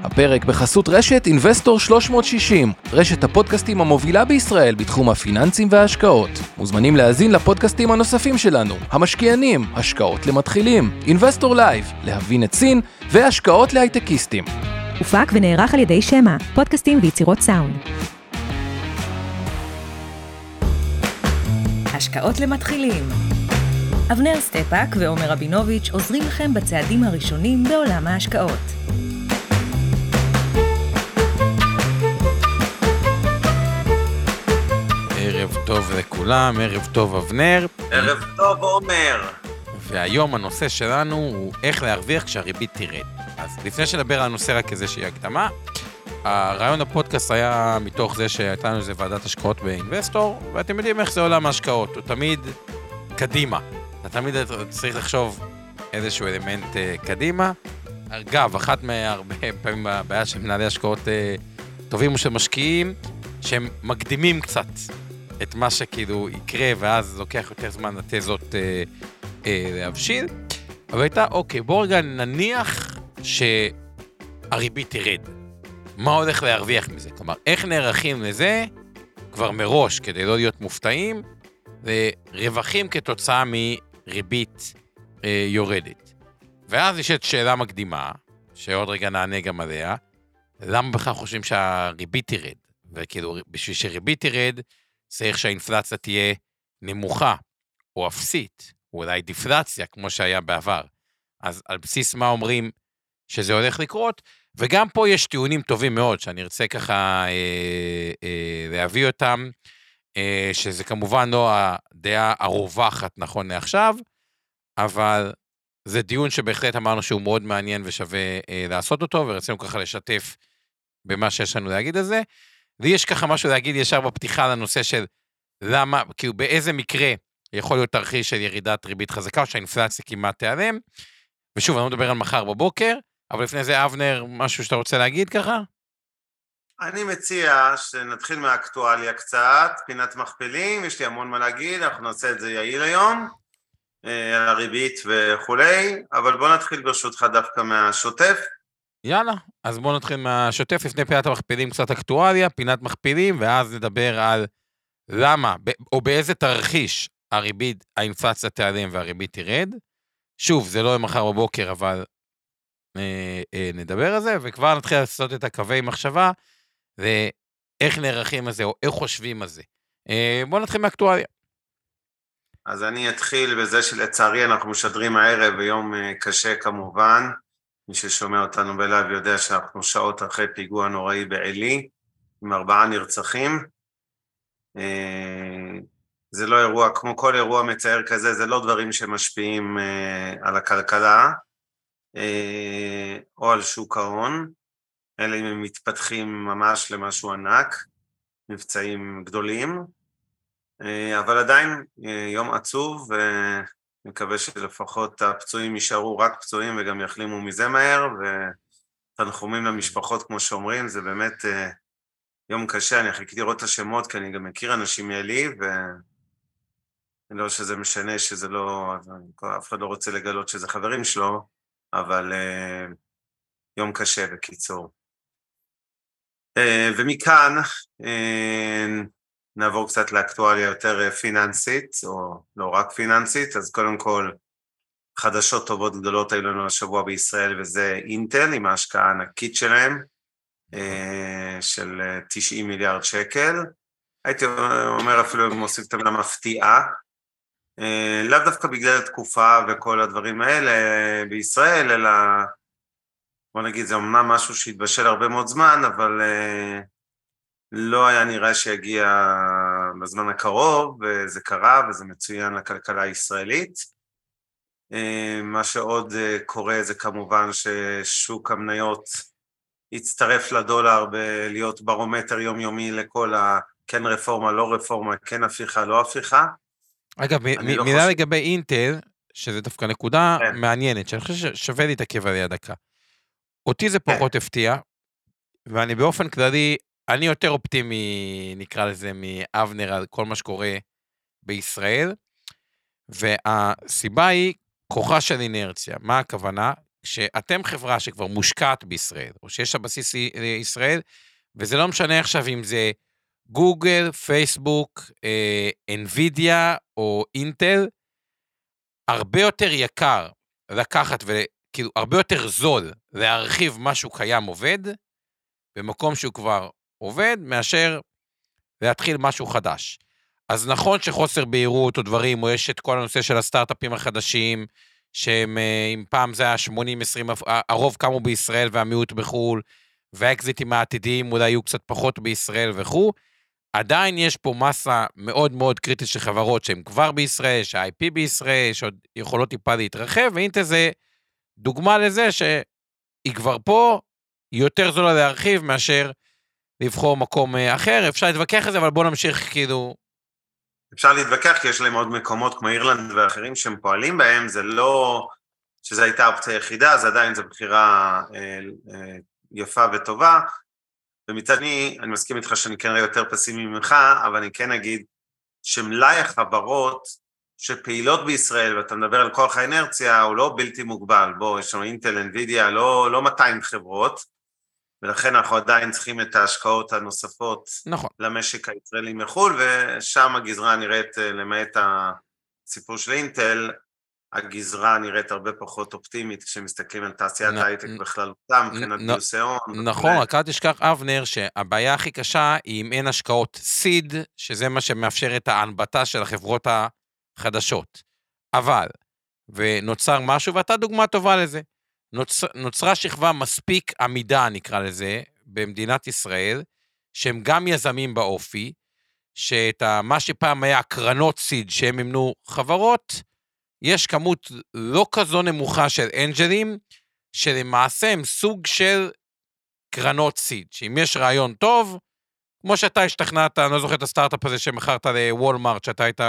הפרק בחסות רשת Investor 360, רשת הפודקאסטים המובילה בישראל בתחום הפיננסים וההשקעות. מוזמנים להאזין לפודקאסטים הנוספים שלנו, המשקיענים, השקעות למתחילים, Investor Live, להבין את סין והשקעות להייטקיסטים. הופק ונערך על ידי שמה, פודקאסטים ויצירות סאונד. השקעות למתחילים. אבנר סטפאק ועומר רבינוביץ' עוזרים לכם בצעדים הראשונים בעולם ההשקעות. ערב טוב לכולם, ערב טוב אבנר. ערב טוב עומר. והיום הנושא שלנו הוא איך להרוויח כשהריבית תרד. אז לפני שנדבר על הנושא רק איזושהי הקדמה, הרעיון הפודקאסט היה מתוך זה שהייתה לנו איזה ועדת השקעות באינבסטור, ואתם יודעים איך זה עולם ההשקעות, הוא תמיד קדימה. אתה תמיד צריך לחשוב איזשהו אלמנט קדימה. אגב, אחת מהרבה פעמים הבעיה של מנהלי השקעות טובים ושל משקיעים, שהם מקדימים קצת את מה שכאילו יקרה, ואז לוקח יותר זמן לתזות להבשיל. אבל הייתה, אוקיי, בואו רגע נניח שהריבית תרד. מה הולך להרוויח מזה? כלומר, איך נערכים לזה כבר מראש כדי לא להיות מופתעים, ורווחים כתוצאה מריבית יורדת. ואז יש את שאלה מקדימה, שעוד רגע נענה גם עליה, למה בכלל חושבים שהריבית תרד? וכאילו, בשביל שריבית תרד, צריך שהאינפלציה תהיה נמוכה, או אפסית, או אולי דיפלציה, כמו שהיה בעבר. אז על בסיס מה אומרים שזה הולך לקרות, וגם פה יש טיעונים טובים מאוד, שאני ארצה ככה להביא אותם, שזה כמובן לא הדעה הרווחת נכון לעכשיו, אבל זה דיון שבהחלט אמרנו שהוא מאוד מעניין ושווה לעשות אותו, ורצינו ככה לשתף במה שיש לנו להגיד על זה. ויש ככה משהו להגיד ישר בפתיחה לנושא של למה, כאילו באיזה מקרה יכול להיות תרחיש של ירידת ריבית חזקה, או שהאינפלציה כמעט תיעלם, ושוב, אני לא מדבר על מחר בבוקר, אבל לפני זה, אבנר, משהו שאתה רוצה להגיד ככה? אני מציע שנתחיל מהאקטואליה קצת, פינת מכפילים, יש לי המון מה להגיד, אנחנו נעשה את זה יעיל היום, על הריבית וכולי, אבל בוא נתחיל ברשותך דווקא מהשוטף. יאללה, אז בואו נתחיל מהשוטף, לפני פינת המכפילים קצת אקטואליה, פינת מכפילים, ואז נדבר על למה, או באיזה תרחיש הריבית, האינפלציה תיעלם והריבית תרד. שוב, זה לא מחר בבוקר, אבל נדבר על זה, וכבר נתחיל לעשות את הקווי מחשבה, ואיך נערכים על זה, או איך חושבים על זה. בואו נתחיל מאקטואליה. אז אני אתחיל בזה שלצערי אנחנו משדרים הערב, ביום קשה כמובן, מי ששומע אותנו בלייב יודע שאנחנו שעות אחרי פיגוע נוראי בעלי, עם 4 נרצחים. זה לא אירוע, כמו כל אירוע מצער כזה, זה לא דברים שמשפיעים על הכלכלה, או על שוק ההון, אלא אם הם מתפתחים ממש למשהו ענק, מבצעים גדולים, אבל עדיין יום עצוב, ומקווה שלפחות הפצועים יישארו רק פצועים וגם יחלימו מזה מהר, ותנחומים למשפחות כמו שאומרים, זה באמת יום קשה, אני חיכיתי לראות את השמות, כי אני גם מכיר אנשים מאלי, ולא שזה משנה שזה לא, אף אחד לא רוצה לגלות שזה חברים שלו, אבל יום קשה בקיצור. ומכאן נעבור קצת לאקטואליה יותר פיננסית, או לא רק פיננסית, אז קודם כל חדשות טובות גדולות היו לנו השבוע בישראל, וזה אינטל עם ההשקעה הענקית שלהם, של 90 מיליארד שקל. הייתי אומר אפילו מוסיף את המילה מפתיעה, לאו דווקא בגלל התקופה וכל הדברים האלה בישראל, אלא בוא נגיד זה אמנם משהו שהתבשל הרבה מאוד זמן, אבל לא היה נראה שיגיע בזמן הקרוב, וזה קרה וזה מצוין לכלכלה הישראלית. מה שעוד קורה זה כמובן ששוק המניות יצטרף לדולר בלהיות ברומטר יומיומי לכל כן רפורמה, לא רפורמה, כן הפיכה, לא הפיכה. אגב, מילה לגבי אינטל, שזה דווקא נקודה מעניינת, שאני חושב ששווה להתעכב עליה דקה. אותי זה פחות הפתיע, ואני באופן כללי, אני יותר אופטימי, נקרא לזה, מאבנר על כל מה שקורה בישראל, והסיבה היא כוחה של אינרציה. מה הכוונה? כשאתם חברה שכבר מושקעת בישראל, או שיש לה בסיס לישראל, וזה לא משנה עכשיו אם זה גוגל, פייסבוק, NVIDIA או אינטל, הרבה יותר יקר לקחת וכאילו הרבה יותר זול להרחיב משהו קיים עובד, במקום שהוא כבר עובד, מאשר להתחיל משהו חדש. אז נכון שחוסר בהירות או דברים, או יש את כל הנושא של הסטארט-אפים החדשים, שהם, אם פעם זה היה 80-20, הרוב קמו בישראל והמיעוט בחול, והאקזיטים העתידיים אולי יהיו קצת פחות בישראל וכו', עדיין יש פה מסה מאוד מאוד קריטית של חברות שהן כבר בישראל, שה-IP בישראל, שעוד יכולות טיפה להתרחב, ואינטל זה דוגמה לזה שהיא כבר פה, היא יותר זולה להרחיב מאשר לבחור מקום אחר. אפשר להתווכח על זה, אבל בואו נמשיך כאילו... אפשר להתווכח כי יש להם עוד מקומות כמו אירלנד ואחרים שהם פועלים בהם, זה לא שזו הייתה אופציה יחידה, זה עדיין זו בחירה יפה וטובה, ומצד שני, אני מסכים איתך שאני כן רואה יותר פסימי ממך, אבל אני כן אגיד שמלאי החברות שפעילות בישראל, ואתה מדבר על כוח האנרציה, הוא לא בלתי מוגבל, בוא, יש לנו אינטל, NVIDIA, לא 200 חברות, ולכן אנחנו עדיין צריכים את ההשקעות הנוספות נכון. למשק הישראלי מחול, ושם הגזרה נראית, למעט הסיפור של אינטל, הגזרה נראית הרבה פחות אופטימית, כשמסתכלים על תעשיית ההייטק בכללותה, מבחינת גיוסי הון. נכון, רק אל תשכח אבנר, שהבעיה הכי קשה היא אם אין השקעות סיד, שזה מה שמאפשר את ההנבטה של החברות החדשות. אבל, ונוצר משהו, ואתה דוגמה טובה לזה, נוצרה שכבה מספיק עמידה, נקרא לזה, במדינת ישראל, שהם גם יזמים באופי, שאת מה שפעם היה קרנות סיד, שהם ימנו חברות, יש כמות לא כזו נמוכה של אנג'לים, שלמעשה הם סוג של קרנות סיד, שאם יש רעיון טוב, כמו שאתה השתכנעת, אני לא זוכר את הסטארט-אפ הזה שמכרת לוולמארט, שאתה היית...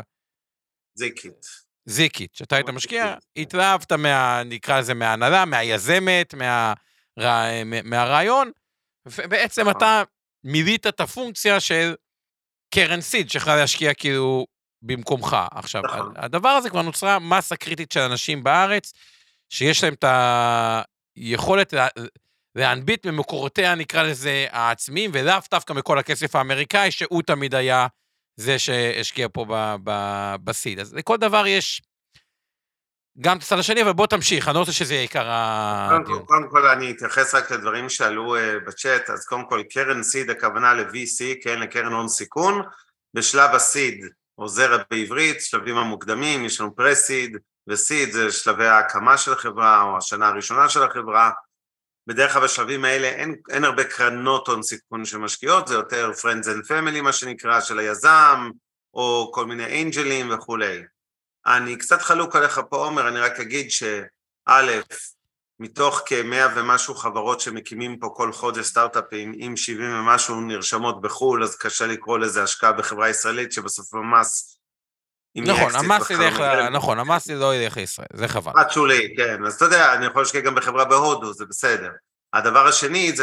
זיקית, שאתה היית משקיע, התלהבת נקרא לזה מההנהלה, מהיזמת, מהרעיון, ובעצם אתה מילאת את הפונקציה של קרן סיד, שיכולה להשקיע כאילו במקומך. עכשיו, הדבר הזה כבר נוצרה מסה קריטית של אנשים בארץ, שיש להם את היכולת להנביט ממקורותיה, נקרא לזה, העצמיים, ולאו דווקא מכל הכסף האמריקאי, שהוא תמיד היה זה שהשקיע פה בסיד. אז לכל דבר יש גם את הצד השני, אבל בוא תמשיך, אני לא רוצה שזה יהיה עיקר הדיון. קודם כל אני אתייחס רק לדברים שעלו בצ'אט, אז קודם כל קרן סיד, הכוונה ל-VC, כן, לקרן הון סיכון, בשלב הסיד, או זרע בעברית, שלבים המוקדמים, יש לנו פרסיד, וסיד זה שלבי ההקמה של החברה, או השנה הראשונה של החברה, בדרך כלל בשלבים האלה אין הרבה קרנות הון סיכון שמשקיעות, זה יותר friends and family מה שנקרא, של היזם, או כל מיני אנג'לים וכו'. אני קצת חלוק עליך פה עומר, אני רק אגיד שא', מתוך כ-100 ומשהו חברות שמקימים פה כל חודש סטארט-אפים, עם 70 ומשהו נרשמות בחול, אז קשה לקרוא לזה השקעה בחברה ישראלית, שבסוף המס... נכון, המס לא ילך לישראל, זה חבל. שולי, כן, אז אתה יודע, אני יכול להשקיע גם בחברה בהודו, זה בסדר. הדבר השני זה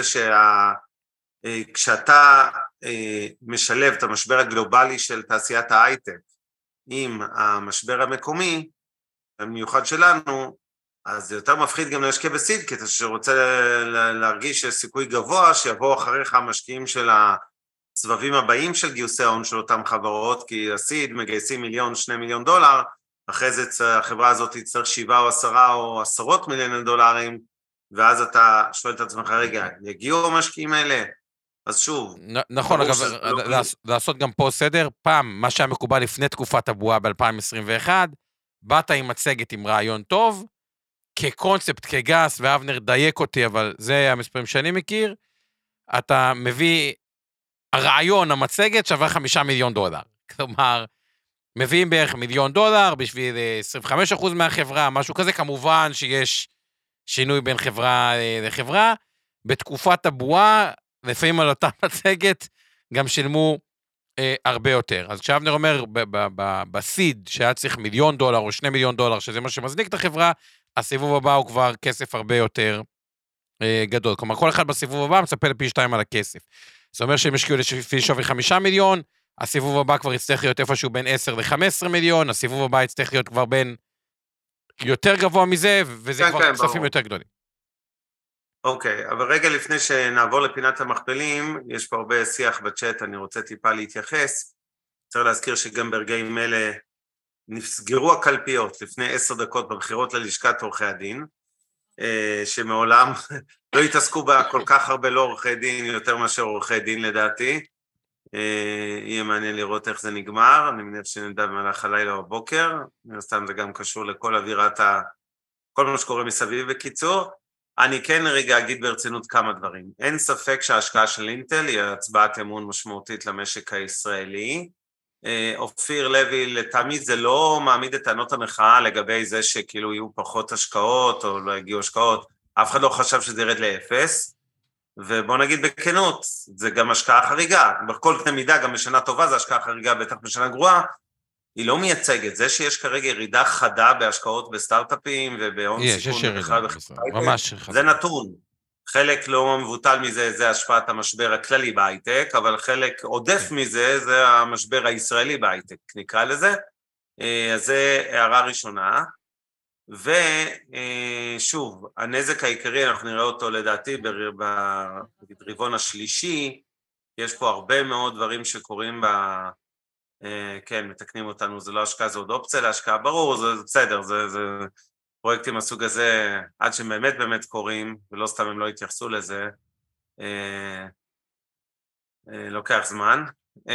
כשאתה משלב את המשבר הגלובלי של תעשיית ההייטק, עם המשבר המקומי, במיוחד שלנו, אז זה יותר מפחיד גם להשקיע בסיד, כי אתה שרוצה להרגיש שיש סיכוי גבוה, שיבואו אחריך המשקיעים של הסבבים הבאים של גיוסי ההון של אותם חברות, כי הסיד מגייסים $1-2 מיליון, אחרי זה החברה הזאת תצטרך 7 או 10 או עשרות מיליוני דולרים, ואז אתה שואל את עצמך, רגע, יגיעו המשקיעים האלה? אז שוב. נכון, אגב, לעשות גם פה סדר, פעם, מה שהיה מקובל לפני תקופת הבועה ב-2021, באת עם מצגת עם רעיון טוב, כקונספט, כגס, ואבנר דייק אותי, אבל זה המספרים שאני מכיר, אתה מביא, הרעיון, המצגת, שווה $5 מיליון. כלומר, מביאים בערך $1 מיליון בשביל 25% מהחברה, משהו כזה, כמובן שיש שינוי בין חברה לחברה, בתקופת הבועה, לפעמים על אותה מצגת, גם שילמו הרבה יותר. אז כשאבנר אומר, בסיד, שהיה צריך $1 מיליון או $2 מיליון, שזה מה שמזניק את החברה, הסיבוב הבא הוא כבר כסף הרבה יותר גדול. כלומר, כל אחד בסיבוב הבא מצפה לפי 2 על הכסף. זאת אומרת שהם השקיעו לפי שווי $5 מיליון, הסיבוב הבא כבר יצטרך להיות איפשהו בין 10 ל-15 מיליון, הסיבוב הבא יצטרך להיות כבר בין יותר גבוה מזה, וזה כבר כספים יותר גדולים. אוקיי, אבל רגע לפני שנעבור לפינת המכפלים, יש פה הרבה שיח בצ'אט, אני רוצה טיפה להתייחס. צריך להזכיר שגם ברגעים אלה נסגרו הקלפיות לפני 10 דקות בבחירות ללשכת עורכי הדין, שמעולם לא התעסקו בה כל כך הרבה לא עורכי דין, יותר מאשר עורכי דין לדעתי. יהיה מעניין לראות איך זה נגמר, אני מניח שנדע במהלך הלילה או בבוקר, סתם זה גם קשור לכל אווירת כל מה שקורה מסביב בקיצור. אני כן רגע אגיד ברצינות כמה דברים. אין ספק שההשקעה של אינטל היא הצבעת אמון משמעותית למשק הישראלי. אופיר לוי, לטעמי זה לא מעמיד את טענות המחאה לגבי זה שכאילו יהיו פחות השקעות או לא יגיעו השקעות, אף אחד לא חשב שזה ירד לאפס, ובוא נגיד בכנות, זה גם השקעה חריגה, בכל קנה מידה, גם בשנה טובה זה השקעה חריגה, בטח בשנה גרועה, היא לא מייצגת, זה שיש כרגע ירידה חדה בהשקעות בסטארט-אפים ובהון סיכון בכלל, זה נתון. חלק לא מבוטל מזה, זה השפעת המשבר הכללי בהייטק, אבל חלק עודף מזה, זה המשבר הישראלי בהייטק, נקרא לזה. אז זה הערה ראשונה. ושוב, הנזק העיקרי, אנחנו נראה אותו לדעתי ברבעון השלישי, יש פה הרבה מאוד דברים שקורים כן, מתקנים אותנו, זה לא השקעה, זה עוד אופציה להשקעה, ברור, זה בסדר, זה פרויקטים מהסוג הזה, עד שהם באמת קורים, ולא סתם הם לא התייחסו לזה, לוקח זמן.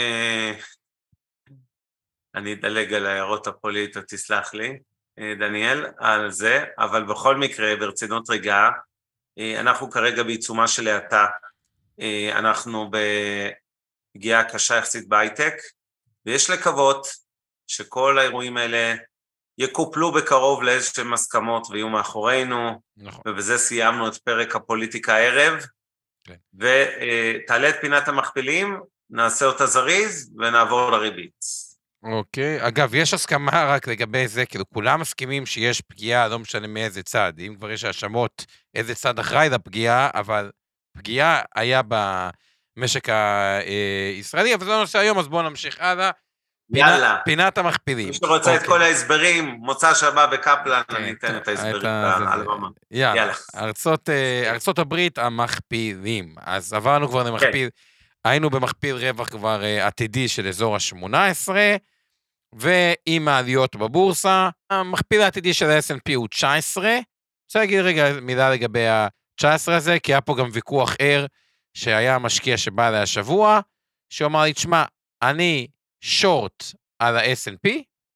אני אדלג על ההערות הפוליטיות, תסלח לי, דניאל, על זה, אבל בכל מקרה, ברצינות רגע, אנחנו כרגע בעיצומה של האטה, אנחנו בפגיעה קשה יחסית בהייטק, ויש לקוות שכל האירועים האלה יקופלו בקרוב לאיזשהם הסכמות ויהיו מאחורינו, נכון. ובזה סיימנו את פרק הפוליטיקה הערב, כן. ותעלה את פינת המכפילים, נעשה אותה זריז ונעבור לריבית. אוקיי, אגב, יש הסכמה רק לגבי זה, כאילו כולם מסכימים שיש פגיעה, לא משנה מאיזה צד, אם כבר יש האשמות, איזה צד אחראי לפגיעה, אבל פגיעה היה במשק הישראלי, אבל זה הנושא היום, אז בואו נמשיך הלאה. פינת המכפילים. מי שרוצה את כל ההסברים, מוצא שבא בקפלן, אני אתן את ההסברים על הבמה. יאללה. ארצות הברית המכפילים. אז עברנו כבר למכפיל, היינו במכפיל רווח כבר עתידי של אזור ה-18, ועם העליות בבורסה, המכפיל העתידי של ה-S&P הוא 19, רוצה להגיד רגע מילה לגבי ה-19 הזה, כי היה פה גם ויכוח ער, שהיה משקיע שבא עליה השבוע, שאומר לי, תשמע, אני שורט על ה-S&P,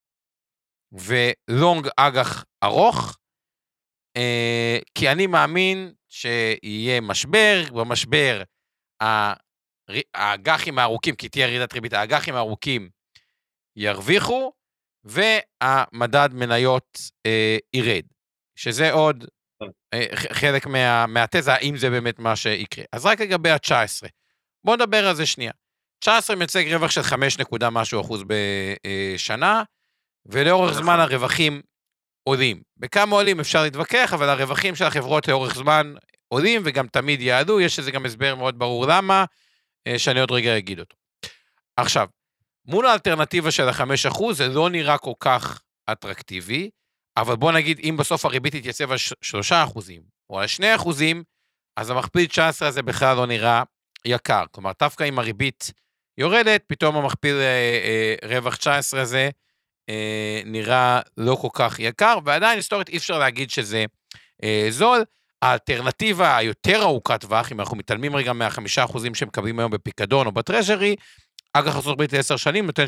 ולונג אג"ח ארוך, כי אני מאמין שיהיה משבר, במשבר האג"חים הארוכים, כי תהיה ירידת ריבית, האג"חים הארוכים ירוויחו, והמדד מניות ירד, שזה עוד חלק מהתזה, אם זה באמת מה שיקרה. אז רק לגבי ה-19, בואו נדבר על זה שנייה. 19 מייצג רווח של 5% בשנה, ולאורך זמן הרווחים עולים. בכמה עולים אפשר להתווכח, אבל הרווחים של החברות לאורך זמן עולים, וגם תמיד יעלו, יש לזה גם הסבר מאוד ברור למה, שאני עוד רגע אגיד אותו. עכשיו, מול האלטרנטיבה של ה5%, זה לא נראה כל כך אטרקטיבי, אבל בוא נגיד, אם בסוף הריבית יתייצב על 3%, או על 2%, אז המכפיל 19 הזה בכלל לא נראה יקר. כלומר, דווקא אם הריבית יורדת, פתאום המכפיל רווח 19 הזה נראה לא כל כך יקר, ועדיין היסטורית אי אפשר להגיד שזה זול. האלטרנטיבה היותר ארוכת טווח, אם אנחנו מתעלמים רגע מה5% שמקבלים היום בפיקדון או בטרז'רי, אג"ח ארצות הברית ל10 שנים נותן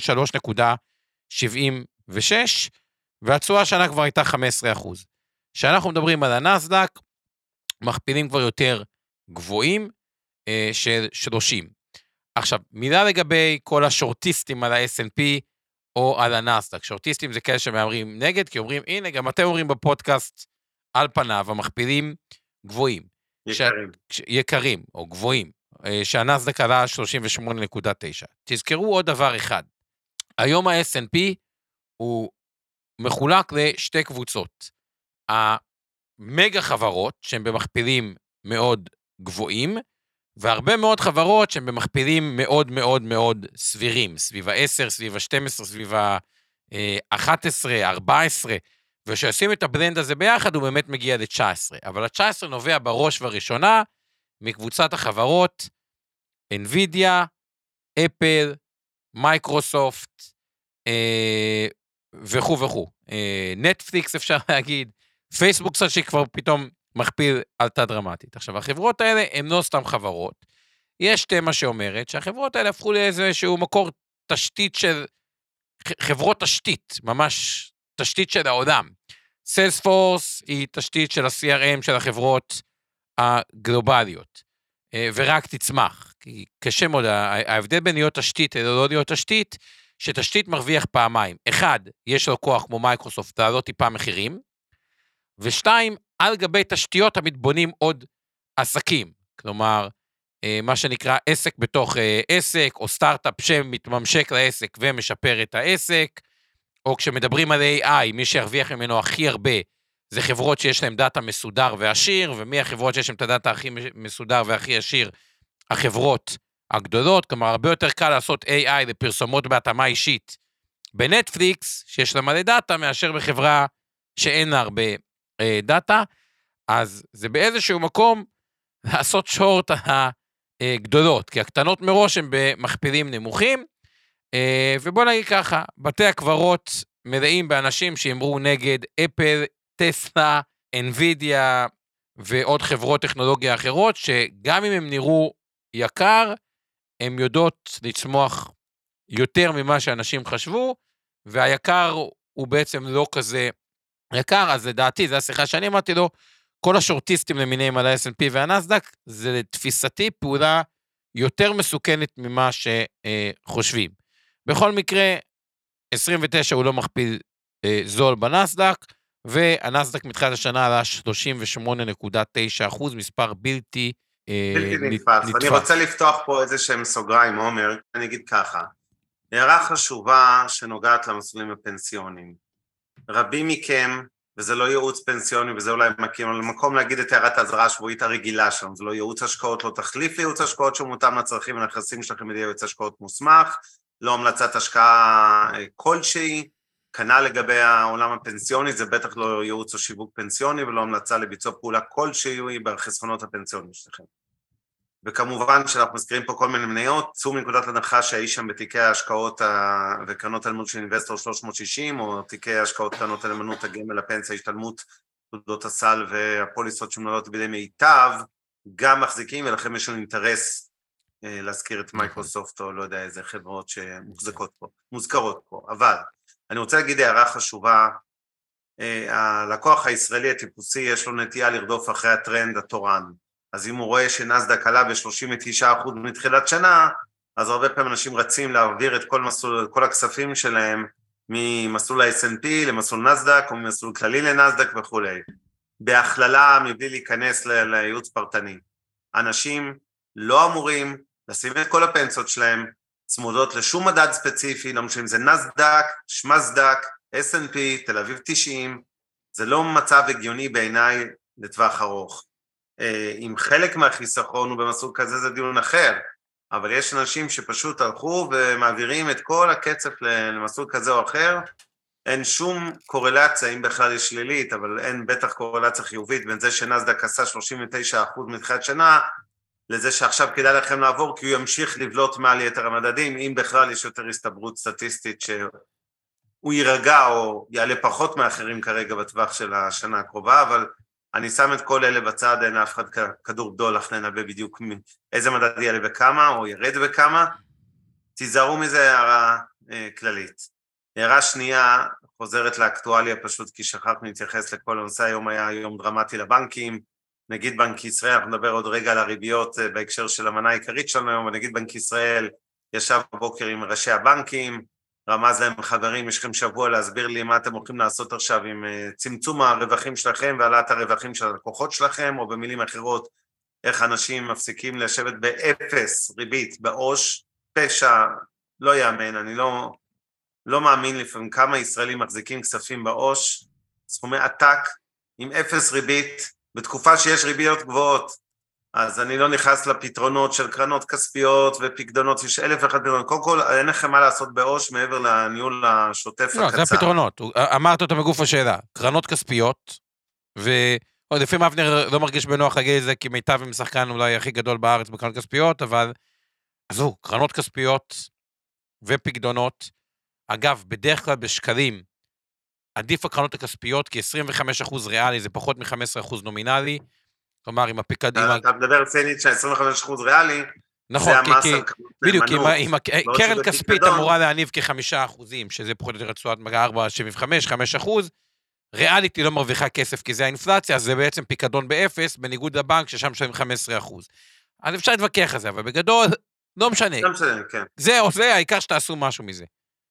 3.76, והתשואה השנה כבר הייתה 15%. כשאנחנו מדברים על הנסדק, מכפילים כבר יותר גבוהים של 30. עכשיו, מילה לגבי כל השורטיסטים על ה-S&P או על הנסדק. שורטיסטים זה כאלה שמאמרים נגד, כי אומרים, הנה, גם אתם אומרים בפודקאסט על פניו, המכפילים גבוהים. יקרים, או גבוהים, שהנסדק עלה 38.9. תזכרו עוד דבר אחד. היום ה-S&P הוא מחולק לשתי קבוצות. המגה חברות, שהן במכפילים מאוד גבוהים, והרבה מאוד חברות שהן במכפילים מאוד מאוד מאוד סבירים, סביב ה-10, סביב ה-12, סביב ה-11, 14, ושעושים את הבלנד הזה ביחד, הוא באמת מגיע ל-19. אבל ה-19 נובע בראש וראשונה, מקבוצת החברות, NVIDIA, אפל, מייקרוסופט, וכו' וכו'. נטפליקס אפשר להגיד, פייסבוק קצת שכבר פתאום מכפיל עלתה דרמטית. עכשיו, החברות האלה הן לא סתם חברות. יש תמה שאומרת שהחברות האלה הפכו לאיזשהו מקור תשתית של, חברות תשתית, ממש תשתית של העולם. סיילספורס היא תשתית של ה-CRM של החברות הגלובליות, ורק תצמח. כי קשה מאוד, ההבדל בין להיות תשתית אלא לא להיות תשתית, שתשתית מרוויח פעמיים. אחד, יש לו כוח כמו מייקרוסופט לעלות טיפה מחירים, ושתיים, על גבי תשתיות המתבונים עוד עסקים. כלומר, מה שנקרא עסק בתוך עסק, או סטארט-אפ שמתממשק לעסק ומשפר את העסק, או כשמדברים על AI, מי שירוויח ממנו הכי הרבה, זה חברות שיש להם דאטה מסודר ועשיר, ומי החברות שיש להם את הדאטה הכי מסודר והכי עשיר, החברות הגדולות, כלומר, הרבה יותר קל לעשות AI לפרסומות בהתאמה אישית, בנטפליקס, שיש לה מלא דאטה, מאשר בחברה שאין לה הרבה דאטה, אז זה באיזשהו מקום לעשות שורט הגדולות, כי הקטנות מראש הן במכפילים נמוכים, ובוא נגיד ככה, בתי הקברות מלאים באנשים שאמרו נגד אפל, טסלה, NVIDIA ועוד חברות טכנולוגיה אחרות, שגם אם הם נראו יקר, הם יודעות לצמוח יותר ממה שאנשים חשבו, והיקר הוא בעצם לא כזה יקר, אז לדעתי, זו השיחה שאני אמרתי לו, כל השורטיסטים למיניהם על ה-S&P והנסדק, זה לתפיסתי פעולה יותר מסוכנת ממה שחושבים. בכל מקרה, 29 הוא לא מכפיל זול בנסדק, והנסדק מתחילת השנה עלה 38.9%, מספר בלתי נתפס. אני רוצה לפתוח פה איזה שהם סוגריים, עומר, אני אגיד ככה, הערה חשובה שנוגעת למסלולים הפנסיונים. רבים מכם, וזה לא ייעוץ פנסיוני, וזה אולי מקים על מקום להגיד את הערת ההזרה השבועית הרגילה שלנו, זה לא ייעוץ השקעות, לא תחליף לייעוץ השקעות שמותאם לצרכים ונכסים שלכם בידי ייעוץ השקעות מוסמך, לא המלצת השקעה כלשהי, כנ"ל לגבי העולם הפנסיוני, זה בטח לא ייעוץ או שיווק פנסיוני, ולא המלצה לביצוע פעולה כלשהי בחסכונות הפנסיוניים שלכם. וכמובן שאנחנו מזכירים פה כל מיני מניות, צאו מנקודת הנחה שהאיש שם בתיקי ההשקעות וקרנות הלמנות של אינבסטור 360, או תיקי ההשקעות קרנות הלמנות, הגמל, הפנסיה, השתלמות, תעודות הסל והפוליסות שמנוהלות בידי מיטב, גם מחזיקים, ולכם יש לנו אינטרס להזכיר את מייקרוסופט, או לא יודע איזה חברות שמוזכרות פה. אבל אני רוצה להגיד הערה חשובה, הלקוח הישראלי הטיפוסי יש לו נטייה לרדוף אחרי הטרנד התורן, אז אם הוא רואה שנסדק עלה ב-39% מתחילת שנה, אז הרבה פעמים אנשים רצים להעביר את כל הכספים שלהם ממסלול ה-S&P למסלול נסדק, או ממסלול כללי לנסדק וכו'. בהכללה, מבלי להיכנס לייעוץ פרטני. אנשים לא אמורים לשים את כל הפנסיות שלהם, צמודות לשום מדד ספציפי, לא משנה אם זה נסדק, שמסדק, S&P, תל אביב 90, זה לא מצב הגיוני בעיניי לטווח ארוך. אם חלק מהחיסכון הוא במסלול כזה זה דיון אחר, אבל יש אנשים שפשוט הלכו ומעבירים את כל הקצף למסלול כזה או אחר, אין שום קורלציה, אם בכלל היא שלילית, אבל אין בטח קורלציה חיובית בין זה שנסדק עשה 39% מתחילת שנה, לזה שעכשיו כדאי לכם לעבור, כי הוא ימשיך לבלוט מעל יתר המדדים, אם בכלל יש יותר הסתברות סטטיסטית שהוא יירגע או יעלה פחות מאחרים כרגע בטווח של השנה הקרובה, אבל אני שם את כל אלה בצד, אין אף אחד כדור גדול לך לנבא בדיוק איזה מדד יעלה בכמה או ירד בכמה, תיזהרו מזה הערה כללית. הערה שנייה חוזרת לאקטואליה פשוט כי שכחנו להתייחס לכל הנושא, היום היה יום דרמטי לבנקים, נגיד בנק ישראל, אנחנו נדבר עוד רגע על הריביות בהקשר של המנה העיקרית שלנו היום, ונגיד בנק ישראל ישב בבוקר עם ראשי הבנקים, רמז להם חברים, יש לכם שבוע להסביר לי מה אתם הולכים לעשות עכשיו עם צמצום הרווחים שלכם ועלת הרווחים של הלקוחות שלכם, או במילים אחרות, איך אנשים מפסיקים לשבת באפס ריבית, בעו"ש, פשע, לא יאמן, אני לא מאמין לפעמים כמה ישראלים מחזיקים כספים בעו"ש, סכומי עתק עם אפס ריבית, בתקופה שיש ריביות גבוהות, אז אני לא נכנס לפתרונות של קרנות כספיות ופקדונות, יש 1,001 פתרונות. קודם כל, אין לכם מה לעשות בעו"ש מעבר לניהול השוטף הקצר. לא, זה הפתרונות. אמרת אותו מגוף השאלה. קרנות כספיות, ועוד לפעמים אבנר לא מרגיש בנוח להגיד את זה, כי מיטב עם שחקן אולי הכי גדול בארץ בקרנות כספיות, אבל עזו, קרנות כספיות ופקדונות, אגב, בדרך כלל בשקלים, עדיף הקרנות הכספיות, כי 25% ריאלי זה פחות מ-15% נומינלי, כלומר, עם הפיקדון... אתה מדבר צנית ש-25% ריאלי, נכון, בדיוק, אם קרן כספית אמורה להניב כ5%, שזה פחות או יותר רצועת 4.75, 5%, ריאלית היא לא מרוויחה כסף, כי זה האינפלציה, אז זה בעצם פיקדון באפס, בניגוד לבנק, ששם שווים 15%. אז אפשר להתווכח על זה, אבל בגדול, לא משנה. לא משנה, כן. זה או זה, העיקר שתעשו משהו מזה.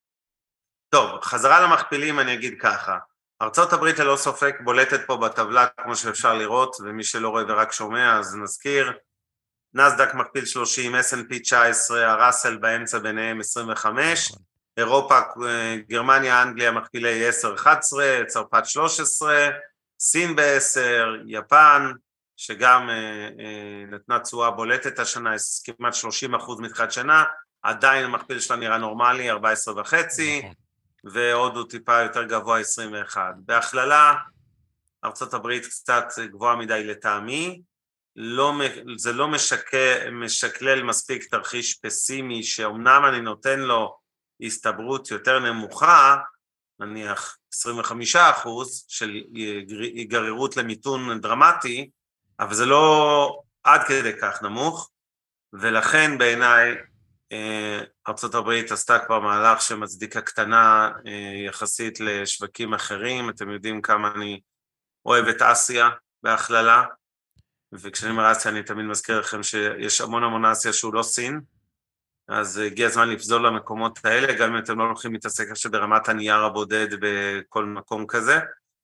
טוב, חזרה למכפילים, אני אגיד ככה. ארצות הברית ללא ספק בולטת פה בטבלה, כמו שאפשר לראות, ומי שלא רואה ורק שומע, אז נזכיר. נסדק מכפיל 30, S&P 19, הראסל באמצע ביניהם 25, אירופה, גרמניה, אנגליה, מכפילי 10, 11, צרפת 13, סין ב-10, יפן, שגם נתנה תשואה בולטת השנה, כמעט 30% מתחילת שנה, עדיין המכפיל שלה נראה נורמלי, 14.5, ועוד הוא טיפה יותר גבוה, 21. בהכללה, ארצות הברית קצת גבוהה מדי לטעמי, זה לא משקלל מספיק תרחיש פסימי, שאומנם אני נותן לו הסתברות יותר נמוכה, נניח 25% של היגררות למיתון דרמטי, אבל זה לא עד כדי כך נמוך, ולכן בעיניי ארצות הברית עשתה כבר מהלך שמצדיקה קטנה יחסית לשווקים אחרים, אתם יודעים כמה אני אוהב את אסיה בהכללה, וכשאני אומר אסיה אני תמיד מזכיר לכם שיש המון אסיה שהוא לא סין, אז הגיע הזמן לפזול למקומות האלה, גם אם אתם לא הולכים להתעסק עכשיו ברמת הנייר הבודד בכל מקום כזה.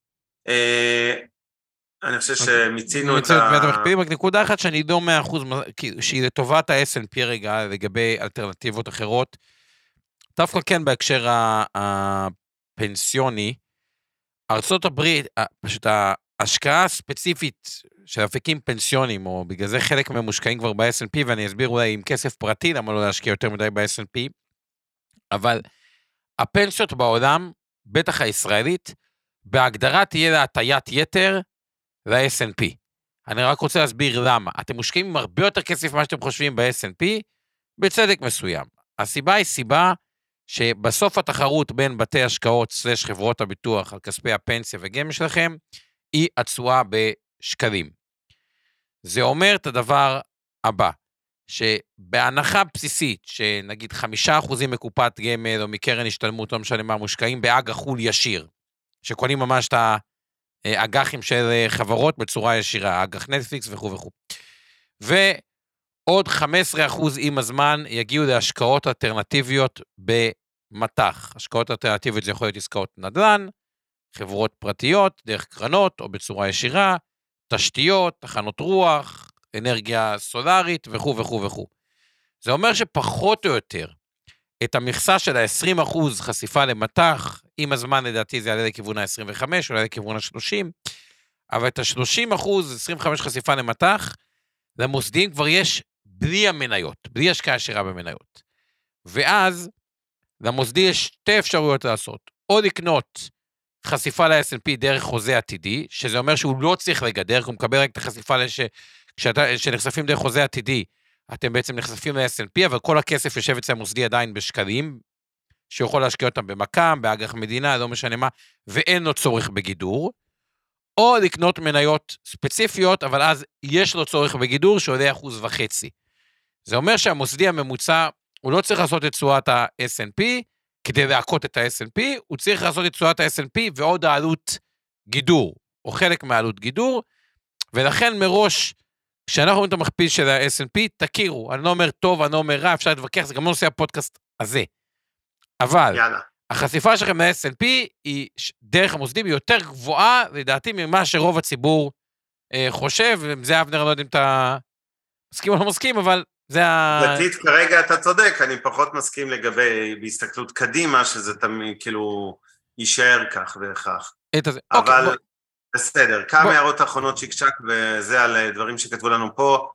אני חושב שמיצינו את המכפילים, רק נקודה אחת שאני לא 100%, שהיא לטובת ה-S&P רגע, לגבי אלטרנטיבות אחרות, דווקא כן בהקשר הפנסיוני, ארצות הברית, פשוט ההשקעה הספציפית של אפיקים פנסיונים, או בגלל זה חלק מהם מושקעים כבר ב-S&P, ואני אסביר אולי עם כסף פרטי, למה לא להשקיע יותר מדי ב-S&P, אבל הפנסיות בעולם, בטח הישראלית, בהגדרה תהיה לה הטיית יתר ל-S&P. אני רק רוצה להסביר למה. אתם מושקעים עם הרבה יותר כסף ממה שאתם חושבים ב-S&P, בצדק מסוים. הסיבה היא סיבה שבסוף התחרות בין בתי השקעות / חברות הביטוח על כספי הפנסיה וגמל שלכם, היא התשואה בשקלים. זה אומר את הדבר הבא, שבהנחה בסיסית, שנגיד 5% מקופת גמל או מקרן השתלמות, לא משנה מה, מושקעים באג"ח חו"ל ישיר, שקונים ממש את האג"חים של חברות בצורה ישירה, אג"ח נטפליקס וכו' וכו'. ועוד 15% עם הזמן יגיעו להשקעות אלטרנטיביות במטח. השקעות אלטרנטיביות זה יכול להיות עסקאות נדל"ן, חברות פרטיות, דרך קרנות או בצורה ישירה, תשתיות, תחנות רוח, אנרגיה סולרית וכו' וכו' וכו'. זה אומר שפחות או יותר, את המכסה של ה-20% חשיפה למטח, עם הזמן לדעתי זה יעלה לכיוון ה-25, אולי לכיוון ה-30, אבל את ה-30%, 25 חשיפה למטח, למוסדים כבר יש בלי המניות, בלי השקעה ישירה במניות. ואז, למוסדי יש שתי אפשרויות לעשות, או לקנות חשיפה ל-S&P דרך חוזה עתידי, שזה אומר שהוא לא צריך לגדר, הוא מקבל רק את החשיפה שנחשפים דרך חוזה עתידי, אתם בעצם נחשפים ל-S&P, אבל כל הכסף יושב אצל המוסדי עדיין בשקלים, שיכול להשקיע אותם במקם, באג"ח מדינה, לא משנה מה, ואין לו צורך בגידור, או לקנות מניות ספציפיות, אבל אז יש לו צורך בגידור שעולה 1.5%. זה אומר שהמוסדי הממוצע, הוא לא צריך לעשות את תשואת ה-S&P, כדי להקות את ה-S&P, הוא צריך לעשות את תשואת ה-S&P ועוד העלות גידור, או חלק מהעלות גידור, ולכן מראש, כשאנחנו רואים את המכפיל של ה-S&P, תכירו, אני לא אומר טוב, אני לא אומר רע, אפשר להתווכח, זה גם לא נושא הפודקאסט הזה. אבל, החשיפה שלכם ל-S&P היא דרך המוסדים היא יותר גבוהה, לדעתי ממה שרוב הציבור חושב, וזה אבנר, לא יודעים אם אתה מסכים או לא מסכים, אבל זה דתית, כרגע אתה צודק, אני פחות מסכים לגבי בהסתכלות קדימה, שזה תמיד כאילו יישאר כך וכך. אבל בסדר, כמה הערות אחרונות שקשק, וזה על דברים שכתבו לנו פה.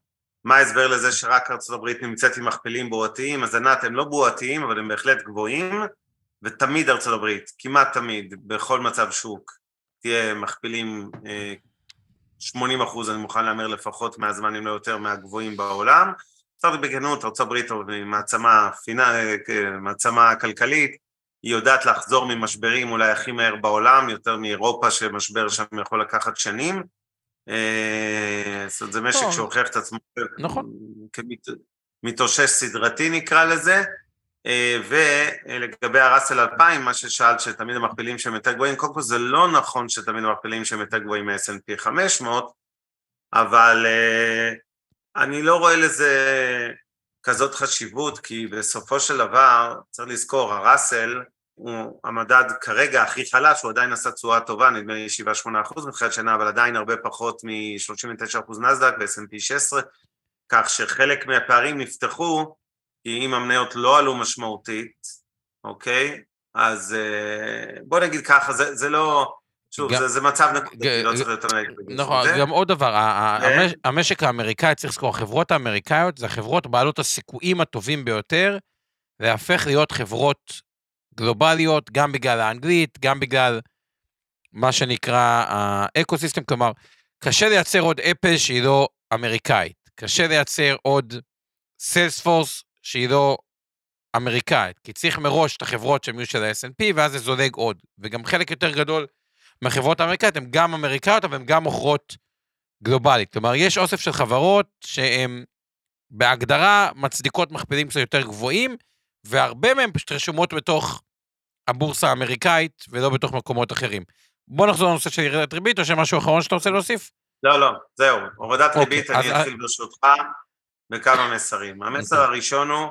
מה ההסבר לזה שרק ארצות הברית נמצאת עם מכפילים בועתיים? אז ענת, הם לא בועתיים, אבל הם בהחלט גבוהים, ותמיד ארצות הברית, כמעט תמיד, בכל מצב שוק, תהיה מכפילים 80%, אני מוכן לאמר לפחות מהזמן, אם לא יותר, מהגבוהים בעולם. קצת בכנות, ארצות הברית היא מעצמה כלכלית, היא יודעת לחזור ממשברים אולי הכי מהר בעולם, יותר מאירופה שמשבר שם יכול לקחת שנים. זאת אומרת, זה משק שהוכיח את עצמו כמתאושש סדרתי נקרא לזה, ולגבי הראסל 2000, מה ששאלת שתמיד המכפילים שהם יותר גבוהים, קודם כל זה לא נכון שתמיד המכפילים שהם יותר גבוהים מ-S&P 500, אבל אני לא רואה לזה כזאת חשיבות, כי בסופו של דבר, צריך לזכור, הראסל הוא המדד כרגע הכי חלש, הוא עדיין עשה תשואה טובה, נדמה לי 7-8% מתחילת שנה, אבל עדיין הרבה פחות מ-39% נסדק ו-S&P 16, כך שחלק מהפערים נפתחו, כי אם המניות לא עלו משמעותית, אוקיי? אז בוא נגיד ככה, זה לא, שוב, זה מצב נקודתי, לא צריך יותר להגיד. נכון, גם עוד דבר, המשק האמריקאי, צריך לזכור, החברות האמריקאיות, זה החברות בעלות הסיכויים הטובים ביותר, להפך להיות חברות גלובליות, גם בגלל האנגלית, גם בגלל מה שנקרא האקוסיסטם, כלומר, קשה לייצר עוד אפל שהיא לא אמריקאית, קשה לייצר עוד סיילספורס שהיא לא אמריקאית, כי צריך מראש את החברות שהן יהיו של ה-S&P, ואז זה זולג עוד, וגם חלק יותר גדול מהחברות האמריקאיות, הן גם אמריקאיות, אבל הן גם מוכרות גלובלית, כלומר, יש אוסף של חברות שהן בהגדרה מצדיקות מכפילים קצת יותר גבוהים, והרבה מהם פשוט רשומות בתוך הבורסה האמריקאית, ולא בתוך מקומות אחרים. בוא נחזור לנושא של ירידת ריבית, או שמשהו אחרון שאתה רוצה להוסיף? לא, זהו. הורדת ריבית, אני אתחיל ברשותך בכמה מסרים. המסר הראשון הוא,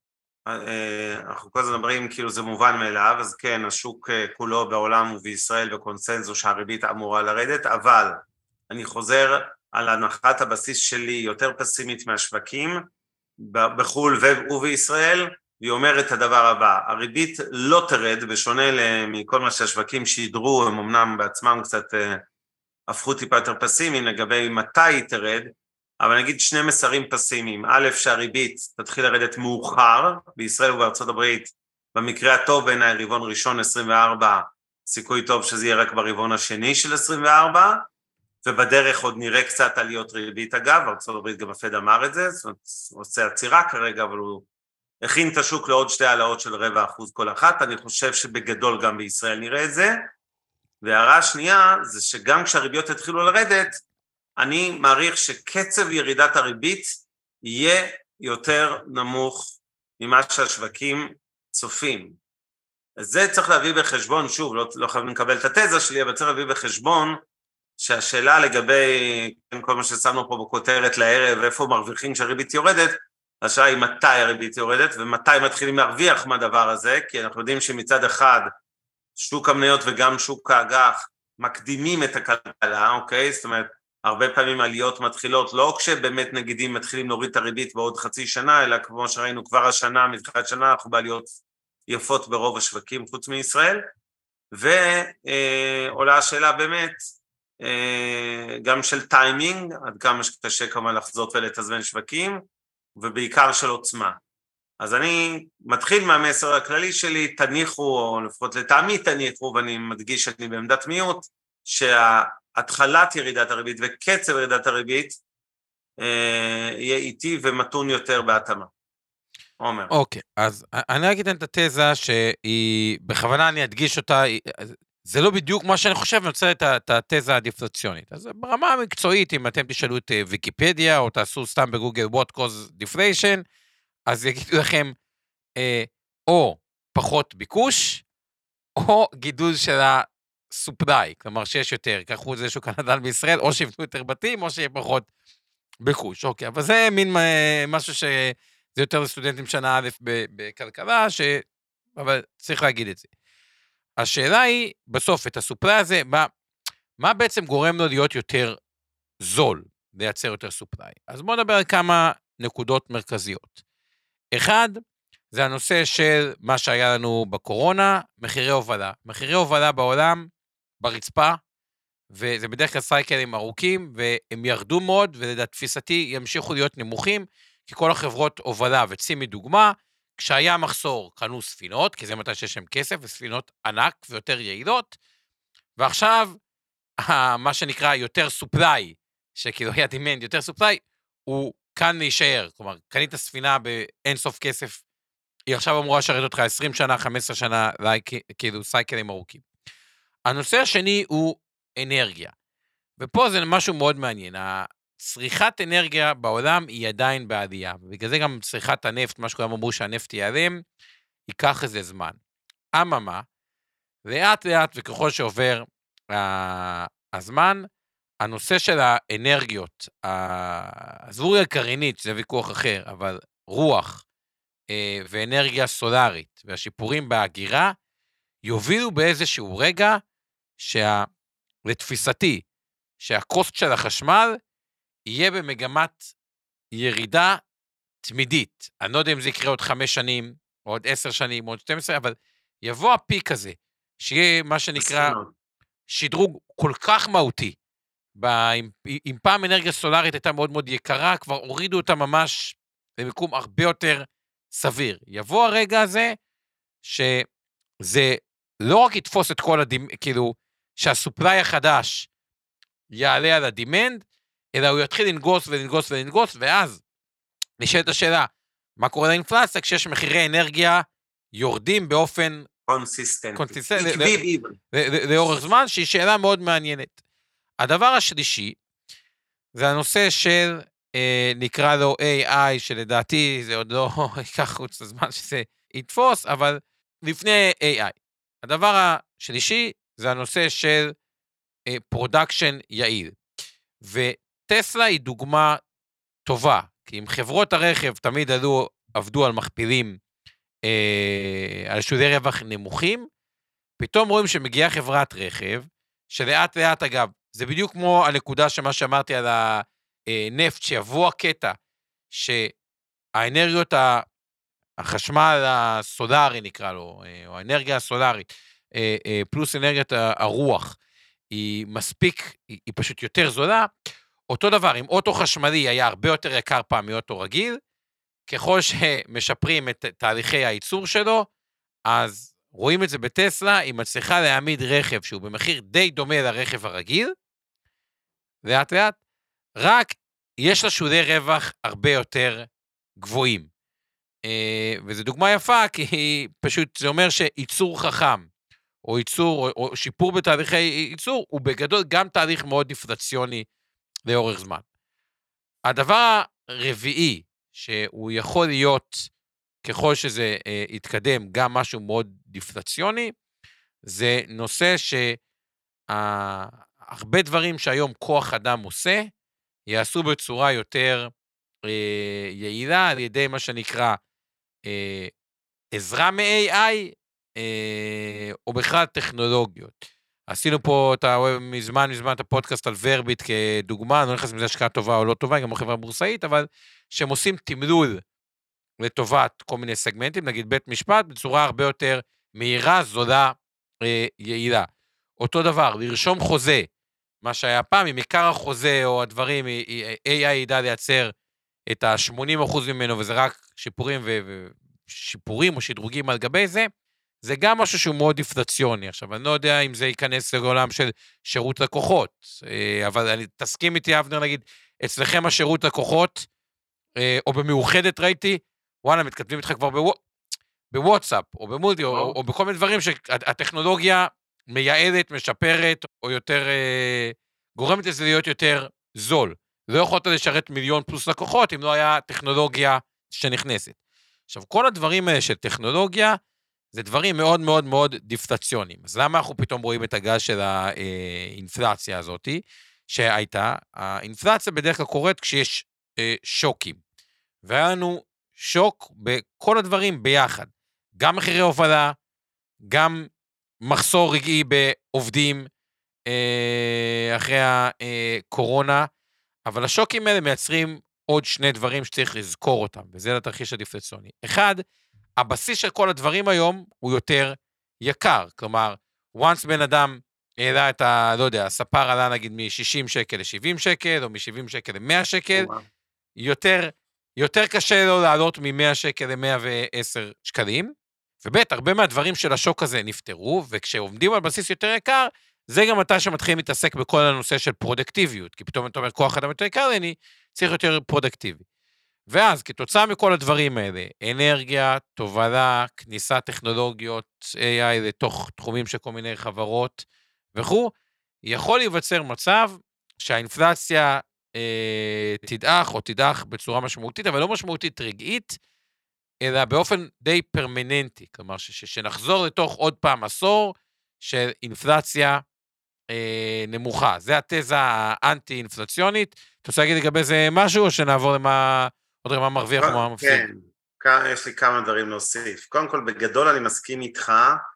אנחנו כל הזמן מדברים כאילו זה מובן מאליו, אז כן, השוק כולו בעולם ובישראל בקונסנזוס שהריבית אמורה לרדת, אבל אני חוזר על הנחת הבסיס שלי יותר פסימית מהשווקים, בחול ובישראל, והיא אומרת את הדבר הבא, הריבית לא תרד, בשונה מכל מה שהשווקים שידרו, הם אמנם בעצמם קצת הפכו טיפה יותר פסימיים לגבי מתי היא תרד, אבל נגיד שני מסרים פסימיים, א', שהריבית תתחיל לרדת מאוחר, בישראל ובארצות הברית, במקרה הטוב בין הרבעון ראשון 24, סיכוי טוב שזה יהיה רק ברבעון השני של 24, ובדרך עוד נראה קצת עליות ריבית אגב, ארצות הברית גם הפד אמר את זה, זאת אומרת, עושה עצירה כרגע, אבל הוא הכין את השוק לעוד שתי העלאות של 0.25% כל אחת, אני חושב שבגדול גם בישראל נראה את זה, והערה השנייה זה שגם כשהריביות התחילו לרדת, אני מעריך שקצב ירידת הריבית יהיה יותר נמוך ממה שהשווקים צופים. אז זה צריך להביא בחשבון, שוב, לא חייבים לקבל את התזה שלי, אבל צריך להביא בחשבון שהשאלה לגבי כל מה ששמנו פה בכותרת לערב, איפה מרוויחים שהריבית יורדת, השאלה היא מתי הריבית יורדת, ומתי מתחילים להרוויח מהדבר הזה, כי אנחנו יודעים שמצד אחד, שוק המניות וגם שוק האג"ח מקדימים את הכלכלה, אוקיי? זאת אומרת, הרבה פעמים עליות מתחילות, לא כשבאמת נגידים מתחילים להוריד את הריבית בעוד חצי שנה, אלא כמו שראינו כבר השנה, מתחילת שנה, אנחנו בעליות יפות ברוב השווקים חוץ מישראל, ועולה השאלה באמת, גם של טיימינג, עד כמה שקשה כמה לחזות ולתזמן שווקים, ובעיקר של עוצמה. אז אני מתחיל מהמסר הכללי שלי, תניחו, או לפחות לטעמי תניחו, ואני מדגיש שאני בעמדת מיעוט, שהתחלת ירידת הריבית וקצב ירידת הריבית יהיה איטי ומתון יותר בהתאמה. עומר. אוקיי, אז אני אגיד את התזה שהיא, בכוונה אני אדגיש אותה, זה לא בדיוק מה שאני חושב, אני רוצה את התזה הדיפלציונית. אז ברמה המקצועית, אם אתם תשאלו את ויקיפדיה, או תעשו סתם בגוגל what cause deflation, אז יגידו לכם, או פחות ביקוש, או גידול של הסופליי, כלומר שיש יותר, קחו את זה שוק הנדל"ן בישראל, או שיבנו יותר בתים, או שיהיה פחות ביקוש. אוקיי, אבל זה מין משהו שזה יותר לסטודנטים שנה א' בכלכלה, אבל צריך להגיד את זה. השאלה היא, בסוף, את הסופליי הזה, מה בעצם גורם לו להיות יותר זול, לייצר יותר סופליי? אז בואו נדבר על כמה נקודות מרכזיות. אחד, זה הנושא של מה שהיה לנו בקורונה, מחירי הובלה. מחירי הובלה בעולם ברצפה, וזה בדרך כלל סייקלים ארוכים, והם ירדו מאוד, ולתפיסתי ימשיכו להיות נמוכים, כי כל החברות הובלה, וצימי דוגמה, כשהיה מחסור קנו ספינות, כי זה מתי שיש להם כסף, וספינות ענק ויותר יעילות, ועכשיו, מה שנקרא יותר סופליי, שכאילו היה דימנד יותר סופליי, הוא כאן להישאר, כלומר, קנית ספינה באין סוף כסף, היא עכשיו אמורה לשרת אותך 20 שנה, 15 שנה, כאילו סייקלים ארוכים. הנושא השני הוא אנרגיה, ופה זה משהו מאוד מעניין, צריכת אנרגיה בעולם היא עדיין בעלייה, ובגלל זה גם צריכת הנפט, מה שכולם אמרו שהנפט ייעלם, ייקח איזה זמן. אממה, לאט לאט וככל שעובר הזמן, הנושא של האנרגיות, הזוריה קרינית, שזה ויכוח אחר, אבל רוח ואנרגיה סולרית, והשיפורים בהגירה, יובילו באיזשהו רגע, לתפיסתי, שהקוסט של החשמל, יהיה במגמת ירידה תמידית. אני לא יודע אם זה יקרה עוד 5 שנים, או עוד 10 שנים, או עוד 12, אבל יבוא הפיק הזה, שיהיה מה שנקרא שדרוג כל כך מהותי. אם פעם אנרגיה סולרית הייתה מאוד מאוד יקרה, כבר הורידו אותה ממש למקום הרבה יותר סביר. יבוא הרגע הזה, שזה לא רק יתפוס את כל כאילו, שהסופליי החדש יעלה על הדימנד, אלא הוא יתחיל לנגוס ולנגוס ולנגוס, ואז נשאלת השאלה, מה קורה לאינפלציה כשיש מחירי אנרגיה יורדים באופן קונסיסטנטי, לאורך זמן, שהיא שאלה מאוד מעניינת. הדבר השלישי, זה הנושא של, נקרא לו AI, שלדעתי זה עוד לא ייקח חוץ לזמן שזה יתפוס, אבל לפני AI. הדבר השלישי, זה הנושא של פרודקשן יעיל. וטסלה היא דוגמה טובה, כי אם חברות הרכב תמיד עבדו על מכפילים, על שולי רווח נמוכים, פתאום רואים שמגיעה חברת רכב, שלאט לאט אגב, זה בדיוק כמו הנקודה שמה שאמרתי על הנפט, שיבוא הקטע, שהאנרגיות, החשמל הסולרי נקרא לו, או האנרגיה הסולרית, פלוס אנרגיית הרוח, היא מספיק, היא פשוט יותר זולה, אותו דבר, אם אוטו חשמלי היה הרבה יותר יקר פעם מאוטו רגיל, ככל שמשפרים את תהליכי הייצור שלו, אז רואים את זה בטסלה, היא מצליחה להעמיד רכב שהוא במחיר די דומה לרכב הרגיל, לאט לאט, רק יש לה שולי רווח הרבה יותר גבוהים. וזו דוגמה יפה, כי פשוט זה אומר שייצור חכם, או ייצור, או שיפור בתהליכי ייצור, הוא בגדול גם תהליך מאוד דיפלציוני לאורך זמן. הדבר הרביעי, שהוא יכול להיות, ככל שזה יתקדם, גם משהו מאוד דיפלציוני, זה נושא שהרבה דברים שהיום כוח אדם עושה, יעשו בצורה יותר יעילה, על ידי מה שנקרא עזרה מ-AI, או בכלל טכנולוגיות. עשינו פה מזמן את הפודקאסט על ורביט כדוגמה, אני לא נכנס אם זה השקעה טובה או לא טובה, גם לא חברה בורסאית, אבל שהם עושים תמלול לטובת כל מיני סגמנטים, נגיד בית משפט, בצורה הרבה יותר מהירה, זולה, יעילה. אותו דבר, לרשום חוזה, מה שהיה פעם, אם עיקר החוזה או הדברים, AI ידע לייצר את ה-80% ממנו, וזה רק שיפורים או שדרוגים על גבי זה, זה גם משהו שהוא מאוד דיפלציוני. עכשיו, אני לא יודע אם זה ייכנס לעולם של שירות לקוחות, אבל תסכים איתי, אבנר, נגיד, אצלכם השירות לקוחות, או במאוחדת ראיתי, וואלה, מתכתבים איתך כבר בוואטסאפ, או במולטי, או בכל מיני דברים שהטכנולוגיה מייעלת, משפרת, או יותר, גורמת לזה להיות יותר זול. לא יכולת לשרת 1,000,000 פלוס לקוחות, אם לא היה טכנולוגיה שנכנסת. עכשיו, כל הדברים האלה של טכנולוגיה, זה דברים מאוד מאוד מאוד דיפלציוניים. אז למה אנחנו פתאום רואים את הגל של האינפלציה הזאת, שהייתה? האינפלציה בדרך כלל קורית כשיש שוקים. והיה לנו שוק בכל הדברים ביחד. גם מחירי הובלה, גם מחסור רגעי בעובדים אחרי הקורונה, אבל השוקים האלה מייצרים עוד 2 דברים שצריך לזכור אותם, וזה לתרחיש הדיפלציוני. 1, הבסיס של כל הדברים היום הוא יותר יקר, כלומר, once בן אדם העלה את לא יודע, הספר עלה נגיד מ-60 שקל ל-70 שקל, או מ-70 שקל ל-100 שקל, יותר קשה לו לעלות מ-100 שקל ל-110 שקלים, ובית, הרבה מהדברים של השוק הזה נפטרו, וכשעומדים על בסיס יותר יקר, זה גם אתה שמתחילים להתעסק בכל הנושא של פרודקטיביות, כי פתאום אתה אומר, כוח אדם יותר יקר, אני צריך יותר פרודקטיבי. ואז, כתוצאה מכל הדברים האלה, אנרגיה, תובלה, כניסת טכנולוגיות, AI לתוך תחומים של כל מיני חברות וכו', יכול להיווצר מצב שהאינפלציה תדעך או תדעך בצורה משמעותית, אבל לא משמעותית רגעית, אלא באופן די פרמננטי, כלומר שנחזור לתוך עוד פעם עשור של אינפלציה נמוכה. זה התזה האנטי-אינפלציונית. אתה רוצה להגיד לגבי זה משהו, או שנעבור למה מרוויח ומה מפסיד? כן, יש לי כמה דברים להוסיף. קודם כל, בגדול אני מסכים איתך,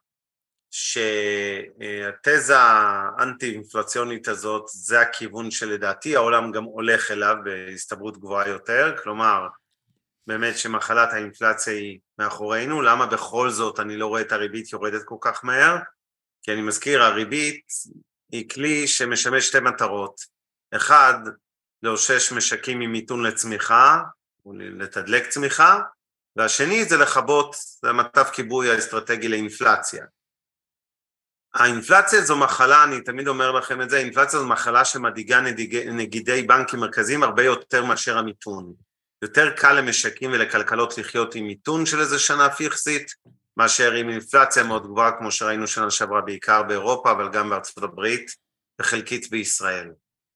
שהתזה האנטי-אינפלציונית הזאת, זה הכיוון שלדעתי העולם גם הולך אליו בהסתברות גבוהה יותר, כלומר, באמת שמחלת האינפלציה היא מאחורינו, למה בכל זאת אני לא רואה את הריבית יורדת כל כך מהר? כי אני מזכיר, הריבית היא כלי שמשמש שתי מטרות, אחד, לאושש משקים ממיתון לצמיחה, או לתדלק צמיחה, והשני זה לחבות, זה מטף כיבוי האסטרטגי לאינפלציה. האינפלציה זו מחלה, אני תמיד אומר לכם את זה, האינפלציה זו מחלה שמדאיגה נגידי בנקים מרכזיים הרבה יותר מאשר המיתון. יותר קל למשקים ולכלכלות לחיות עם מיתון של איזה שנה פיכסית, מאשר עם אינפלציה מאוד גבוהה, כמו שראינו שנה שעברה בעיקר באירופה, אבל גם בארצות הברית, וחלקית בישראל.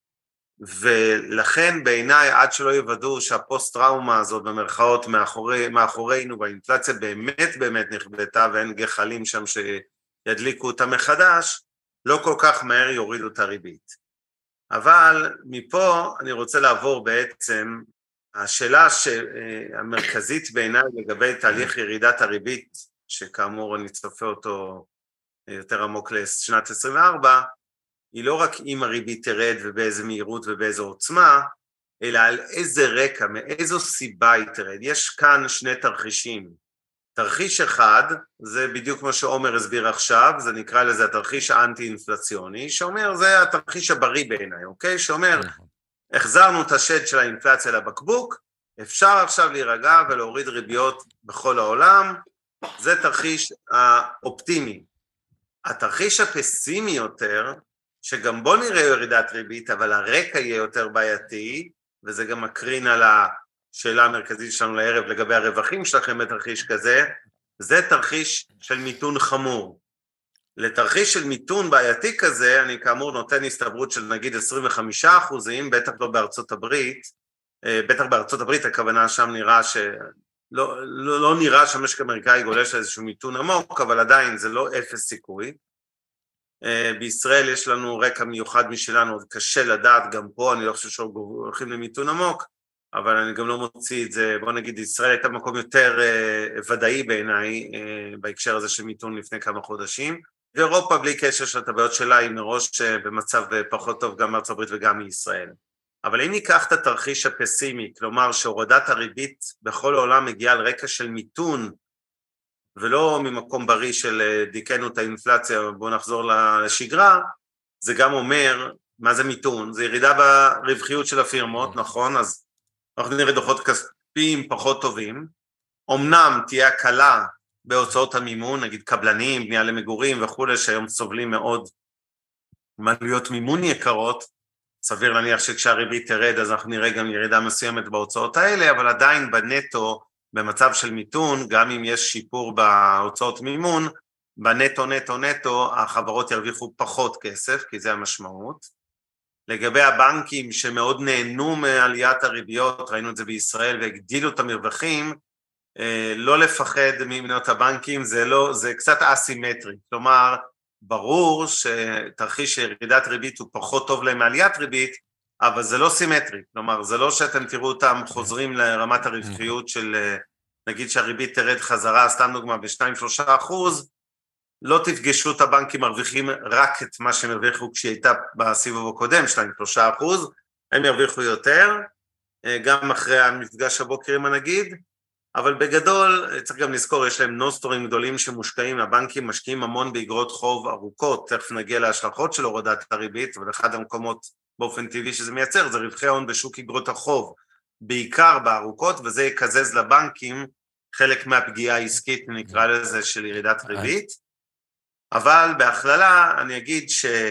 ולכן בעיניי, עד שלא יוודאו שהפוסט-טראומה הזאת במרכאות מאחורינו, והאינפלציה באמת נכבדה, ואין גחלים שם שידליקו אותה מחדש, לא כל כך מהר יורידו את הריבית. אבל מפה אני רוצה לעבור בעצם, השאלה המרכזית בעיניי לגבי תהליך ירידת הריבית, שכאמור אני צופה אותו יותר עמוק לשנת 24, היא לא רק אם הריבית תרד ובאיזה מהירות ובאיזו עוצמה, אלא על איזה רקע, מאיזו סיבה היא תרד. יש כאן שני תרחישים. תרחיש אחד, זה בדיוק כמו שעומר הסביר עכשיו, זה נקרא לזה התרחיש האנטי-אינפלציוני, שאומר זה התרחיש הבריא בעיניי, אוקיי? שאומר, החזרנו את השד של האינפלציה לבקבוק, אפשר עכשיו להירגע ולהוריד ריביות בכל העולם, זה תרחיש האופטימי. התרחיש הפסימי יותר, שגם בו נראה ירידת ריבית, אבל הרקע יהיה יותר בעייתי, וזה גם מקרין על השאלה המרכזית שלנו לערב לגבי הרווחים שלכם בתרחיש כזה, זה תרחיש של מיתון חמור. לתרחיש של מיתון בעייתי כזה, אני כאמור נותן הסתברות של נגיד 25%, בטח לא בארצות הברית, בטח בארצות הברית הכוונה שם נראה לא נראה שהמשק האמריקאי גולש לאיזשהו מיתון עמוק, אבל עדיין זה לא אפס סיכוי. בישראל יש לנו רקע מיוחד משלנו, עוד קשה לדעת, גם פה אני לא חושב שהולכים למיתון עמוק, אבל אני גם לא מוציא את זה, בוא נגיד ישראל הייתה מקום יותר ודאי בעיניי, בהקשר הזה של מיתון לפני כמה חודשים, ואירופה בלי קשר של הטבעות שלה היא מראש במצב פחות טוב גם מארצות הברית וגם מישראל. אבל אם ניקח את התרחיש הפסימי, כלומר שהורדת הריבית בכל העולם מגיעה על רקע של מיתון, ולא ממקום בריא של דיכאנו את האינפלציה, בואו נחזור לשגרה, זה גם אומר, מה זה מיתון? זה ירידה ברווחיות של הפירמות, נכון? אז אנחנו נראה דוחות כספיים פחות טובים, אמנם תהיה הקלה בהוצאות המימון, נגיד קבלנים, בנייה למגורים וכו', שהיום סובלים מאוד מעלויות מימון יקרות, סביר להניח שכשהריבית תרד אז אנחנו נראה גם ירידה מסוימת בהוצאות האלה, אבל עדיין בנטו, במצב של מיתון, גם אם יש שיפור בהוצאות מימון, בנטו החברות ירוויחו פחות כסף, כי זה המשמעות. לגבי הבנקים שמאוד נהנו מעליית הריביות, ראינו את זה בישראל והגדילו את המרווחים, לא לפחד ממניות הבנקים, זה קצת אסימטרי, כלומר, ברור שתרחיש ירידת ריבית הוא פחות טוב להם מעליית ריבית, אבל זה לא סימטרי, כלומר, זה לא שאתם תראו אותם חוזרים לרמת הרווחיות של, נגיד שהריבית תרד חזרה, סתם דוגמה, ב-2-3%, לא תפגשו את הבנקים מרוויחים רק את מה שהם הרוויחו כשהיא הייתה בסיבוב הקודם, 2-3%, הם ירוויחו יותר, גם אחרי המפגש הבוקר עם הנגיד, אבל בגדול, צריך גם לזכור, יש להם נוסטורים גדולים שמושקעים, הבנקים משקיעים המון באגרות חוב ארוכות, תכף נגיע להשלכות של הורדת הריבית, אבל אחד המקומות באופן טבעי שזה מייצר, זה רווחי הון בשוק אגרות החוב, בעיקר בארוכות, וזה יקזז לבנקים חלק מהפגיעה העסקית, נקרא לזה, של ירידת ריבית, אבל בהכללה אני אגיד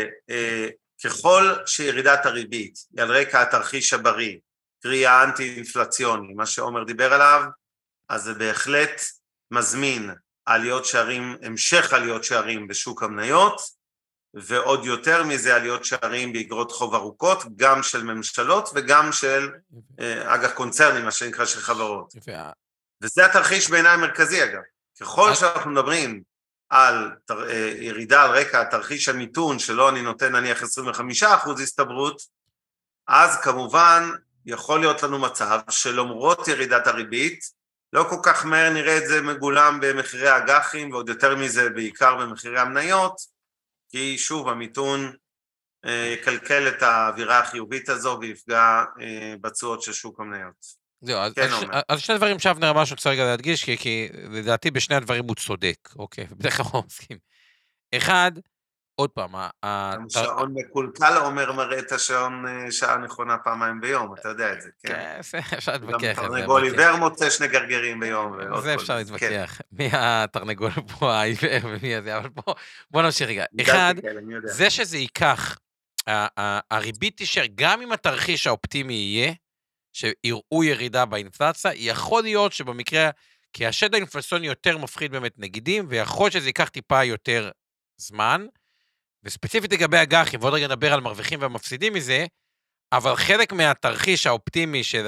שככל שירידת הריבית היא על רקע התרחיש הבריא, קרי האנטי-אינפלציוני, מה שעומר דיבר עליו, אז זה בהחלט מזמין עליות שערים, המשך עליות שערים בשוק המניות, ועוד יותר מזה עליות שערים באגרות חוב ארוכות, גם של ממשלות וגם של אג"ח קונצרנים, מה שנקרא של חברות. וזה התרחיש בעיניי המרכזי אגב. ככל שאנחנו מדברים על ירידה על רקע התרחיש המיתון, שלו אני נותן נניח 25% הסתברות, אז כמובן יכול להיות לנו מצב שלמרות ירידת הריבית, לא כל כך מהר נראה את זה מגולם במחירי האג"חים, ועוד יותר מזה בעיקר במחירי המניות, כי שוב המיתון יקלקל את האווירה החיובית הזו, ויפגע בתשואות של שוק המניות. זהו, אז שני דברים שאבנר אמר שצריך רגע להדגיש, כי לדעתי בשני הדברים הוא צודק, אוקיי, בדרך כלל הוא מסכים. אחד, עוד פעם, שעון מקולקל אומר מראה את השעון שעה נכונה פעמיים ביום, אתה יודע את זה, כן? כן, אפשר להתווכח. גם תרנגול עיוור מוצא 2 גרגרים ביום. זה אפשר להתווכח. מי התרנגול פה העיוור ומי הזה, אבל בוא נמשיך רגע. אחד, זה שזה ייקח, הריבית תישאר, גם אם התרחיש האופטימי יהיה, שיראו ירידה באינפלציה, יכול להיות שבמקרה, כי השד האינפלציוני יותר מפחיד באמת נגידים, ויכול להיות שזה ייקח טיפה יותר זמן, וספציפית לגבי אג"חים, ועוד רגע נדבר על מרוויחים ומפסידים מזה, אבל חלק מהתרחיש האופטימי של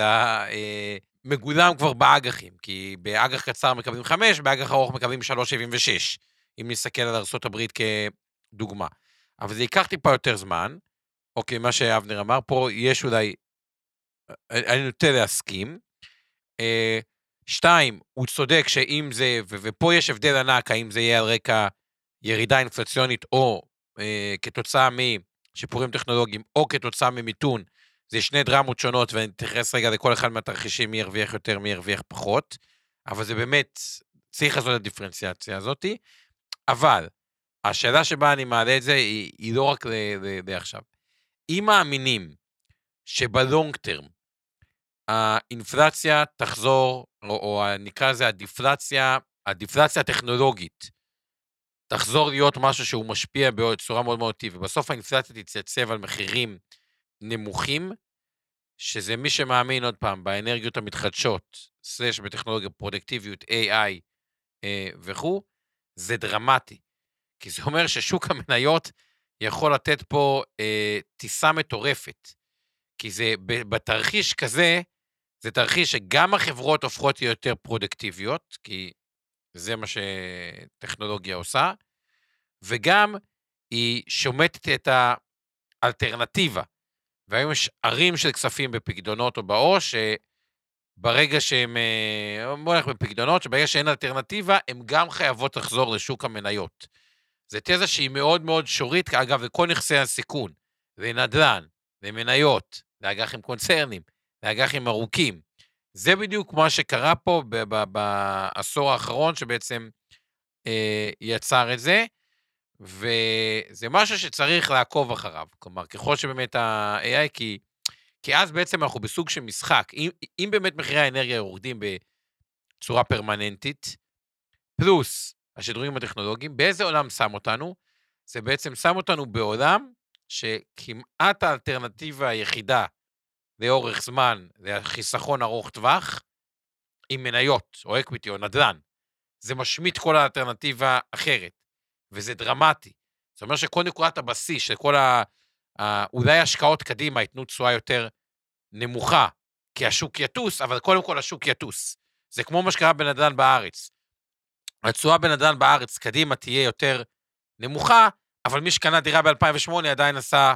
מגולם כבר באג"חים, כי באג"ח קצר מקבלים 5, באג"ח ארוך מקבלים 3.76, אם נסתכל על ארצות הברית כדוגמה. אבל זה ייקח טיפה יותר זמן, אוקיי, מה שאבנר אמר, פה יש אולי, אני נוטה להסכים. 2, הוא צודק שאם זה, ופה יש הבדל ענק, האם זה יהיה על רקע ירידה אינפלציונית, או כתוצאה משיפורים טכנולוגיים, או כתוצאה ממיתון, זה שני דרמות שונות, ואני אתייחס רגע לכל אחד מהתרחישים, מי ירוויח יותר, מי ירוויח פחות, אבל זה באמת, צריך לעשות את הדיפרנציאציה הזאת, אבל השאלה שבה אני מעלה את זה, היא לא רק לעכשיו. אם מאמינים שבלונג טרם, האינפלציה תחזור, או נקרא לזה הדיפלציה הטכנולוגית, תחזור להיות משהו שהוא משפיע בצורה מאוד מאוד טבעית, ובסוף האינפלציה תתייצב על מחירים נמוכים, שזה מי שמאמין עוד פעם, באנרגיות המתחדשות, סלש בטכנולוגיה פרודקטיביות, AI וכו', זה דרמטי, כי זה אומר ששוק המניות יכול לתת פה טיסה מטורפת, כי זה בתרחיש כזה, זה תרחיש שגם החברות הופכות יותר פרודקטיביות, כי זה מה שטכנולוגיה עושה, וגם היא שומטת את האלטרנטיבה, והיום יש ערים של כספים בפקדונות או בעו"ש, שברגע שהם, בוא נלך בפקדונות, שברגע שאין אלטרנטיבה, הן גם חייבות לחזור לשוק המניות. זו תזה שהיא מאוד מאוד שורית, אגב, לכל נכסי הסיכון, ונדל"ן, ומניות, לאג"חים קונצרנים, לאג"חים ארוכים. זה בדיוק מה שקרה פה בעשור האחרון, שבעצם יצר את זה, וזה משהו שצריך לעקוב אחריו. כלומר, ככל שבאמת ה-AI, כי אז בעצם אנחנו בסוג של משחק. אם באמת מחירי האנרגיה יורדים בצורה פרמננטית, פלוס השדרוגים הטכנולוגיים, באיזה עולם שם אותנו? זה בעצם שם אותנו בעולם שכמעט האלטרנטיבה היחידה לאורך זמן, זה החיסכון ארוך טווח, עם מניות, או אקוויטי, או נדל"ן. זה משמיט כל האלטרנטיבה אחרת, וזה דרמטי. זאת אומרת שכל נקודת הבסיס, שכל אולי השקעות קדימה ייתנו תשואה יותר נמוכה, כי השוק יטוס, אבל קודם כל השוק יטוס. זה כמו מה שקרה בנדל"ן בארץ. התשואה בנדל"ן בארץ קדימה תהיה יותר נמוכה, אבל מי שקנה דירה ב-2008 עדיין עשה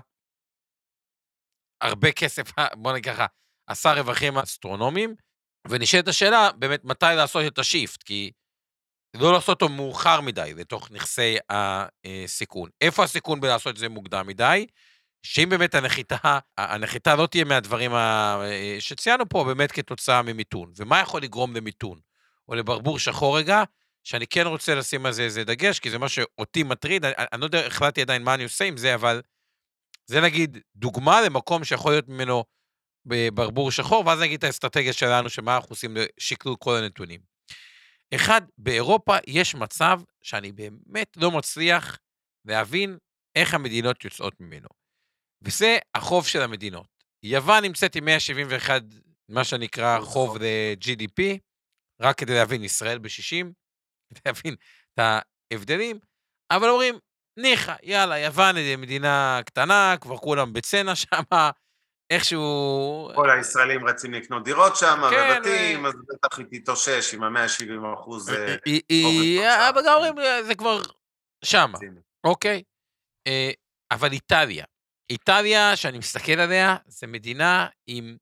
הרבה כסף, בוא נגיד ככה, עשה רווחים אסטרונומיים, ונשאלת השאלה, באמת, מתי לעשות את השיפט, כי לא לעשות אותו מאוחר מדי, לתוך נכסי הסיכון. איפה הסיכון בלעשות את זה מוקדם מדי? שאם באמת הנחיתה לא תהיה מהדברים שציינו פה, באמת כתוצאה ממיתון. ומה יכול לגרום למיתון? או לברבור שחור רגע, שאני כן רוצה לשים על זה איזה דגש, כי זה מה שאותי מטריד, אני לא יודע, החלטתי עדיין מה אני עושה עם זה, אבל זה נגיד דוגמה למקום שיכול להיות ממנו בברבור שחור, ואז נגיד את האסטרטגיה שלנו, שמה אנחנו עושים לשקלול כל הנתונים. אחד, באירופה יש מצב שאני באמת לא מצליח להבין איך המדינות יוצאות ממנו. וזה החוב של המדינות. יוון נמצאת עם 171, מה שנקרא חוב ל-GDP, רק כדי להבין, ישראל ב-60, כדי להבין את ההבדלים, אבל אומרים, ניחא, יאללה, יוון מדינה קטנה, כבר כולם בצנע שם, איכשהו... כל הישראלים רצים לקנות דירות שם, כן, ובתים, אז בטח היא תתאושש עם ה-170%. אבל גם אומרים, זה כבר שם, אוקיי? אבל איטליה, שאני מסתכל עליה, זה מדינה עם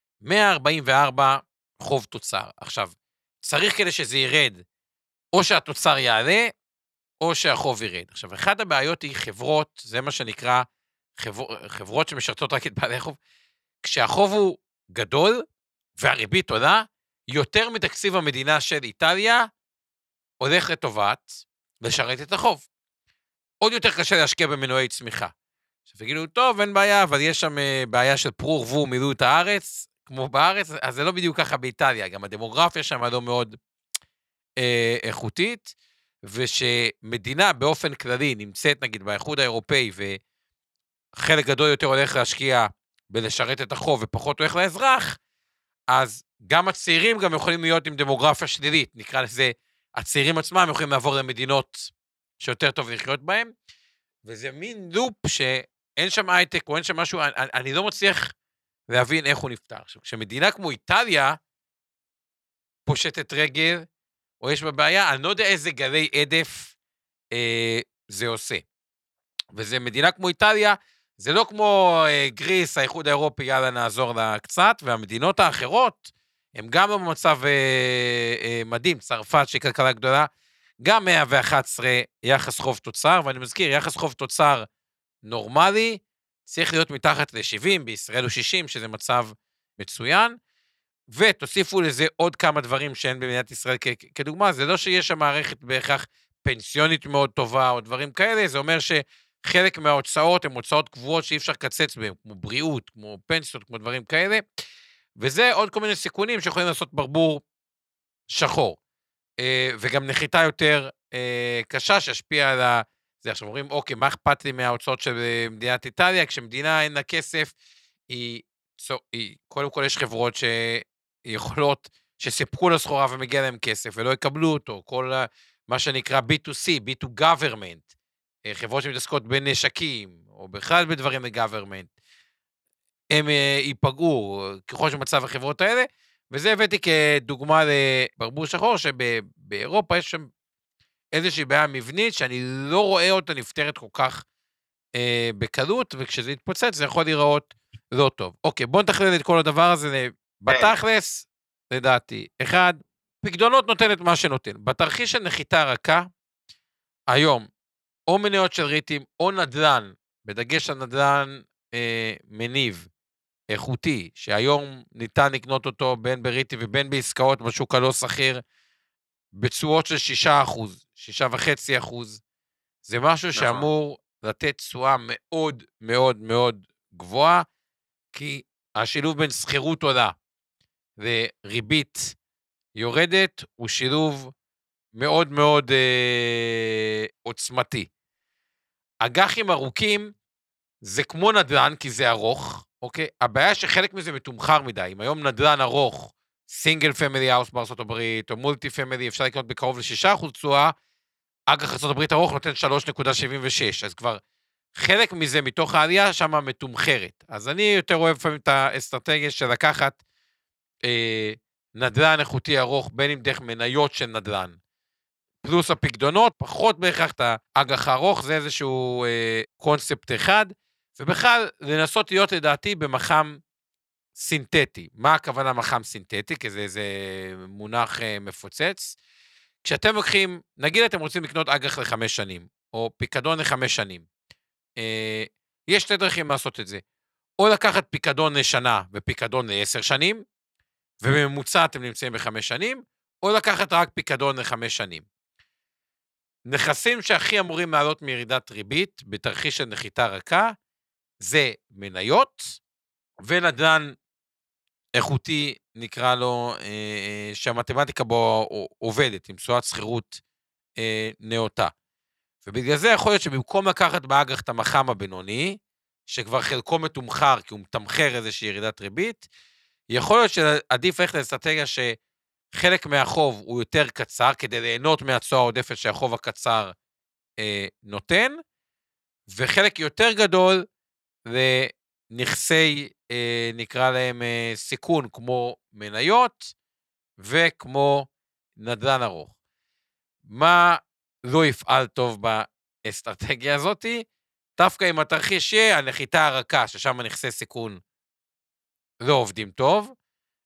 144 חוב תוצר. עכשיו, צריך כדי שזה ירד, או שהתוצר יעלה, או שהחוב ירד. עכשיו, אחת הבעיות היא חברות, זה מה שנקרא, חברות שמשרתות רק את בעלי החוב, כשהחוב הוא גדול, והריבית עולה, יותר מתקציב המדינה של איטליה, הולך לטובת לשרת את החוב. עוד יותר קשה להשקיע במנועי צמיחה. עכשיו, יגידו, טוב, אין בעיה, אבל יש שם בעיה של פרו ורבו מילאו את הארץ, כמו בארץ, אז זה לא בדיוק ככה באיטליה, גם הדמוגרפיה שם לא מאוד איכותית, ושמדינה באופן כללי נמצאת נגיד באיחוד האירופאי, וחלק גדול יותר הולך להשקיע בלשרת את החוב, ופחות הולך לאזרח, אז גם הצעירים גם יכולים להיות עם דמוגרפיה שלילית, נקרא לזה, הצעירים עצמם יכולים לעבור למדינות שיותר טוב לחיות בהם, וזה מין לופ שאין שם הייטק או אין שם משהו, אני לא מצליח להבין איך הוא נפתר. עכשיו, כשמדינה כמו איטליה פושטת רגל, או יש בה בעיה, אני לא יודע איזה גלי עדף זה עושה. וזה מדינה כמו איטליה, זה לא כמו גריס, האיחוד האירופי, יאללה נעזור לה קצת, והמדינות האחרות, הם גם לא במצב מדהים, צרפת שהיא כלכלה גדולה, גם 111 יחס חוב תוצר, ואני מזכיר, יחס חוב תוצר נורמלי, צריך להיות מתחת ל-70, בישראל הוא 60, שזה מצב מצוין, ותוסיפו לזה עוד כמה דברים שאין במדינת ישראל כדוגמה, זה לא שיש שם מערכת בהכרח פנסיונית מאוד טובה, או דברים כאלה, זה אומר שחלק מההוצאות הן הוצאות קבועות שאי אפשר לקצץ בהן, כמו בריאות, כמו פנסיות, כמו דברים כאלה, וזה עוד כל מיני סיכונים שיכולים לעשות ברבור שחור, וגם נחיתה יותר קשה שהשפיעה על זה. עכשיו אומרים, אוקיי, מה אכפת לי מההוצאות של מדינת איטליה, כשמדינה אין לה כסף, קודם כל יש חברות שיכולות, שסיפקו לסחורה ומגיע להם כסף, ולא יקבלו אותו, כל מה שנקרא B2C, B2 government, חברות שמתעסקות בנשקים, או בכלל בדברים ל-government, הם ייפגעו ככל שמצב החברות האלה, וזה הבאתי כדוגמה לברבור שחור, שבאירופה יש שם איזושהי בעיה מבנית, שאני לא רואה אותה נפתרת כל כך בקלות, וכשזה יתפוצץ זה יכול להיראות לא טוב. אוקיי, בואו נתכלל את כל הדבר הזה בתכלס, לדעתי. אחד, פקדונות נותן את מה שנותן. בתרחיש של נחיתה רכה, היום, או מניות של ריטים, או נדל"ן, בדגש על נדל"ן מניב, איכותי, שהיום ניתן לקנות אותו בין בריטי ובין בעסקאות בשוק הלא סחיר, בצועות של 6%, 6.5%, זה משהו שאמור לתת צועה מאוד מאוד מאוד גבוהה, כי השילוב בין סחירות עולה וריבית יורדת, הוא שילוב מאוד מאוד עוצמתי. אג"חים ארוכים, זה כמו נדל"ן, כי זה ארוך, אוקיי? הבעיה שחלק מזה מתומחר מדי, אם היום נדל"ן ארוך, סינגל פמילי האוס בארצות הברית, או מולטי פמילי, אפשר לקנות בקרוב ל6% תשואה, אג"ח ארצות הברית ארוך נותן 3.76, אז כבר חלק מזה מתוך העלייה שמה מתומחרת. אז אני יותר אוהב לפעמים את האסטרטגיה של לקחת נדל"ן איכותי ארוך, בין אם דרך מניות של נדל"ן, פלוס הפקדונות, פחות בהכרח את האג"ח הארוך, זה איזשהו קונספט אחד, ובכלל לנסות להיות לדעתי במח"מ סינתטי. מה הכוונה מח"מ סינתטי? כי זה איזה מונח מפוצץ. כשאתם לוקחים, נגיד אתם רוצים לקנות אג"ח ל5 שנים, או פיקדון ל5 שנים, יש שתי דרכים לעשות את זה. או לקחת פיקדון לשנה ופיקדון ל10 שנים, ובממוצע אתם נמצאים ב5 שנים, או לקחת רק פיקדון ל5 שנים. נכסים שהכי אמורים לעלות מירידת ריבית, בתרחיש של נחיתה רכה, זה מניות, ונדל"ן איכותי, נקרא לו, שהמתמטיקה בו עובדת, עם תשואת שכירות נאותה. ובגלל זה יכול להיות שבמקום לקחת באג"ח את המח"מ הבינוני, שכבר חלקו מתומחר, כי הוא מתמחר איזושהי ירידת ריבית, יכול להיות שעדיף ללכת לאסטרטגיה שחלק מהחוב הוא יותר קצר, כדי ליהנות מהתשואה העודפת שהחוב הקצר נותן, וחלק יותר גדול לנכסי, נקרא להם סיכון, כמו מניות, וכמו נדל"ן ארוך. מה לא יפעל טוב באסטרטגיה הזאת? דווקא אם התרחיש יהיה הנחיתה הרכה, ששם נכסי סיכון לא עובדים טוב,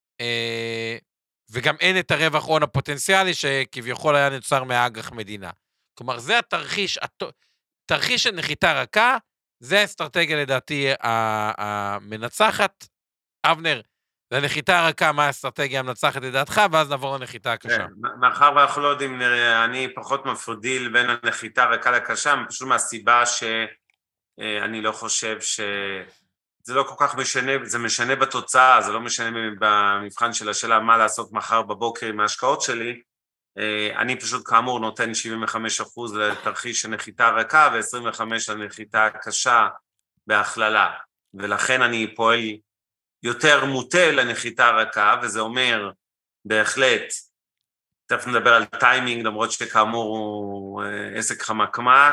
וגם אין את הרווח הון הפוטנציאלי שכביכול היה נוצר מהאג"ח מדינה. כלומר, זה התרחיש, תרחיש של נחיתה רכה, זה האסטרטגיה לדעתי המנצחת. אבנר, לנחיתה הרכה, מה האסטרטגיה המנצחת לדעתך, ואז נעבור לנחיתה הקשה. מאחר ואנחנו לא יודעים, אני פחות מפרידיל בין הנחיתה הרכה לקשה, פשוט מהסיבה שאני לא חושב זה לא כל כך משנה, זה משנה בתוצאה, זה לא משנה במבחן של השאלה מה לעשות מחר בבוקר עם ההשקעות שלי. אני פשוט כאמור נותן 75% לתרחיש הנחיתה הרכה ו-25% לנחיתה הקשה בהכללה, ולכן אני פועל יותר מוטה לנחיתה הרכה, וזה אומר בהחלט, תכף נדבר על טיימינג, למרות שכאמור הוא עסק חמקמק,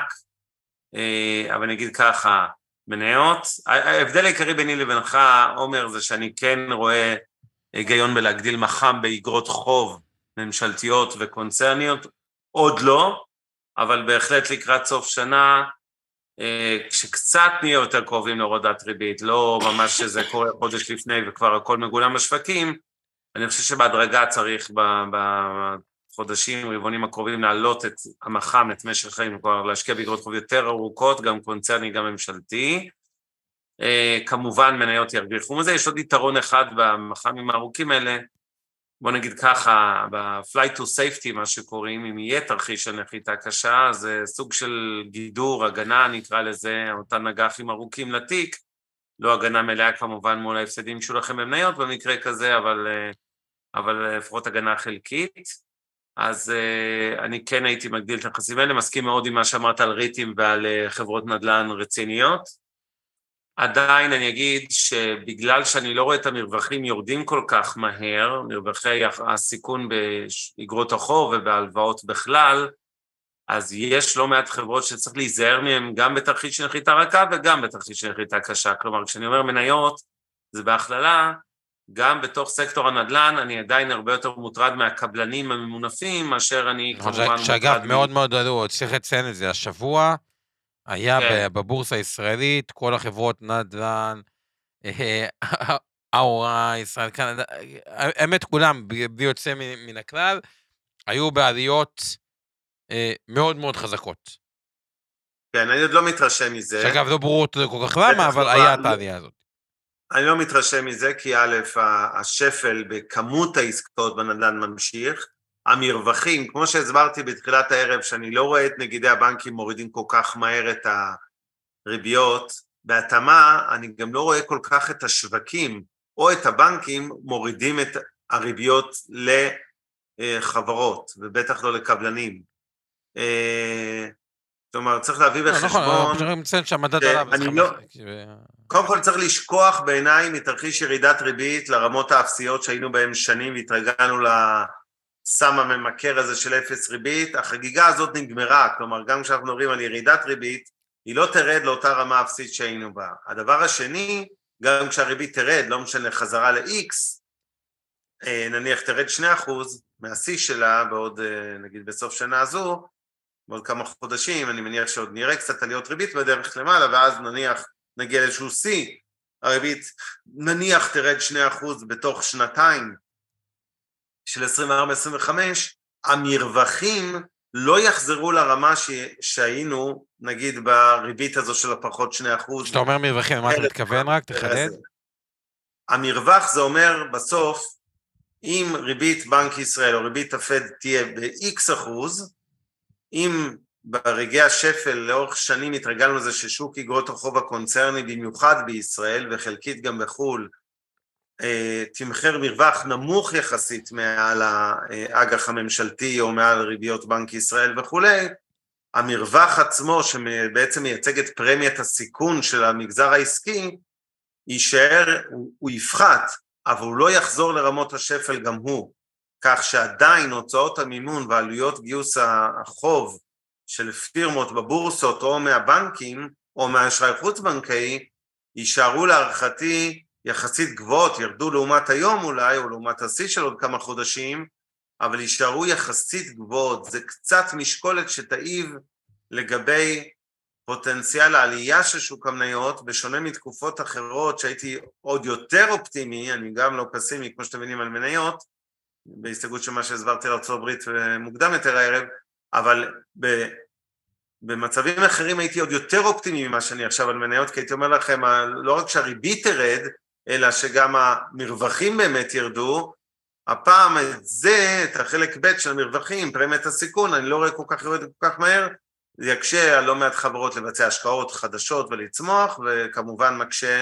אבל אני אגיד ככה, מניות, ההבדל העיקרי ביני לבינך, עומר, זה שאני כן רואה היגיון בלהגדיל מח"מ באגרות חוב ממשלתיות וקונצרניות, עוד לא, אבל בהחלט לקראת סוף שנה, כשקצת נהיה יותר קרובים להורדת ריבית, לא ממש שזה קורה חודש לפני וכבר הכל מגולם בשווקים, אני חושב שבהדרגה צריך בחודשים, רבעונים הקרובים, להעלות את המח"מ, את משך חיים, כבר להשקיע באגרות חוב יותר ארוכות, גם קונצרני, גם ממשלתי. כמובן מניות ירוויחו מזה, יש עוד יתרון אחד במח"מים הארוכים האלה, בוא נגיד ככה, ב-flight to safety, מה שקוראים, אם יהיה תרחיש של נחיתה קשה, זה סוג של גידור, הגנה נקרא לזה, אותן אג"חים ארוכים לתיק, לא הגנה מלאה כמובן מול ההפסדים שהוא לכם במניות במקרה כזה, אבל לפחות הגנה חלקית. אז אני כן הייתי מגדיל את הנכסים האלה, מסכים מאוד עם מה שאמרת על ריטים ועל חברות נדל"ן רציניות. עדיין אני אגיד שבגלל שאני לא רואה את המרווחים יורדים כל כך מהר, מרווחי הסיכון באגרות החוב ובהלוואות בכלל, אז יש לא מעט חברות שצריך להיזהר מהן גם בתרחיש של נחיתה רכה וגם בתרחיש של נחיתה קשה. כלומר, כשאני אומר מניות, זה בהכללה, גם בתוך סקטור הנדל"ן, אני עדיין הרבה יותר מוטרד מהקבלנים הממונפים, מאשר אני כמובן... שאגב, מאוד מאוד עלו, צריך לציין את זה, השבוע היה בבורסה הישראלית, כל החברות נדל"ן, אורה, ישראל, קנדה, האמת כולם, בלי יוצא מן הכלל, היו בעליות מאוד מאוד חזקות. כן, אני עוד לא מתרשם מזה. שאגב, לא ברור כל כך למה, אבל היה את העלייה הזאת. אני לא מתרשם מזה, כי א', השפל בכמות העסקאות בנדל"ן ממשיך, המרווחים, כמו שהסברתי בתחילת הערב, שאני לא רואה את נגידי הבנקים מורידים כל כך מהר את הריביות, בהתאמה אני גם לא רואה כל כך את השווקים, או את הבנקים מורידים את הריביות לחברות, ובטח לא לקבלנים. זאת אומרת, צריך להביא בחשבון... קודם כל צריך לשכוח בעיניי מתרחיש ירידת ריבית לרמות האפסיות שהיינו בהם שנים, והתרגלנו לסם הממכר הזה של אפס ריבית. החגיגה הזאת נגמרה, כלומר גם כשאנחנו מדברים על ירידת ריבית, היא לא תרד לאותה רמה אפסית שהיינו בה. הדבר השני, גם כשהריבית תרד, לא משנה חזרה ל-X, נניח תרד 2% מהשיא שלה, בעוד נגיד בסוף שנה הזו, בעוד כמה חודשים, אני מניח שעוד נראה קצת עליות ריבית בדרך למעלה, ואז נניח נגיע לאיזשהו שיא, הריבית נניח תרד 2% בתוך שנתיים של 24-25, המרווחים לא יחזרו לרמה שהיינו, נגיד בריבית הזו של הפחות 2%. שאתה אומר מרווחים, מה אתה מתכוון רק? תחדד. המרווח זה אומר בסוף, אם ריבית בנק ישראל או ריבית הפד תהיה ב-X אחוז, אם ברגעי השפל לאורך שנים התרגלנו לזה ששוק אגרות החוב הקונצרני במיוחד בישראל וחלקית גם בחול, תמחר מרווח נמוך יחסית מעל האג"ח הממשלתי או מעל ריביות בנק ישראל וכולי, המרווח עצמו שבעצם מייצג את פרמיית הסיכון של המגזר העסקי, יישאר, הוא יפחת, אבל הוא לא יחזור לרמות השפל גם הוא, כך שעדיין הוצאות המימון ועלויות גיוס החוב של פירמות בבורסות או מהבנקים או מהאשראי חוץ-בנקאי, יישארו להערכתי יחסית גבוהות, ירדו לעומת היום אולי, או לעומת השיא של עוד כמה חודשים, אבל יישארו יחסית גבוהות. זה קצת משקולת שתעיב לגבי פוטנציאל העלייה של שוק המניות, בשונה מתקופות אחרות שהייתי עוד יותר אופטימי, אני גם לא פסימי כמו שאתם מבינים על מניות, בהסתגלות של מה שהסברתי לארצות הברית מוקדם יותר הערב, אבל במצבים אחרים הייתי עוד יותר אופטימי ממה שאני עכשיו על מניות, כי הייתי אומר לכם, לא רק שהריבית תרד, אלא שגם המרווחים באמת ירדו, הפעם את זה, את החלק ב' של המרווחים, פרמיית הסיכון, אני לא רואה כל כך יורד כל כך מהר, זה יקשה על לא מעט חברות לבצע השקעות חדשות ולצמוח, וכמובן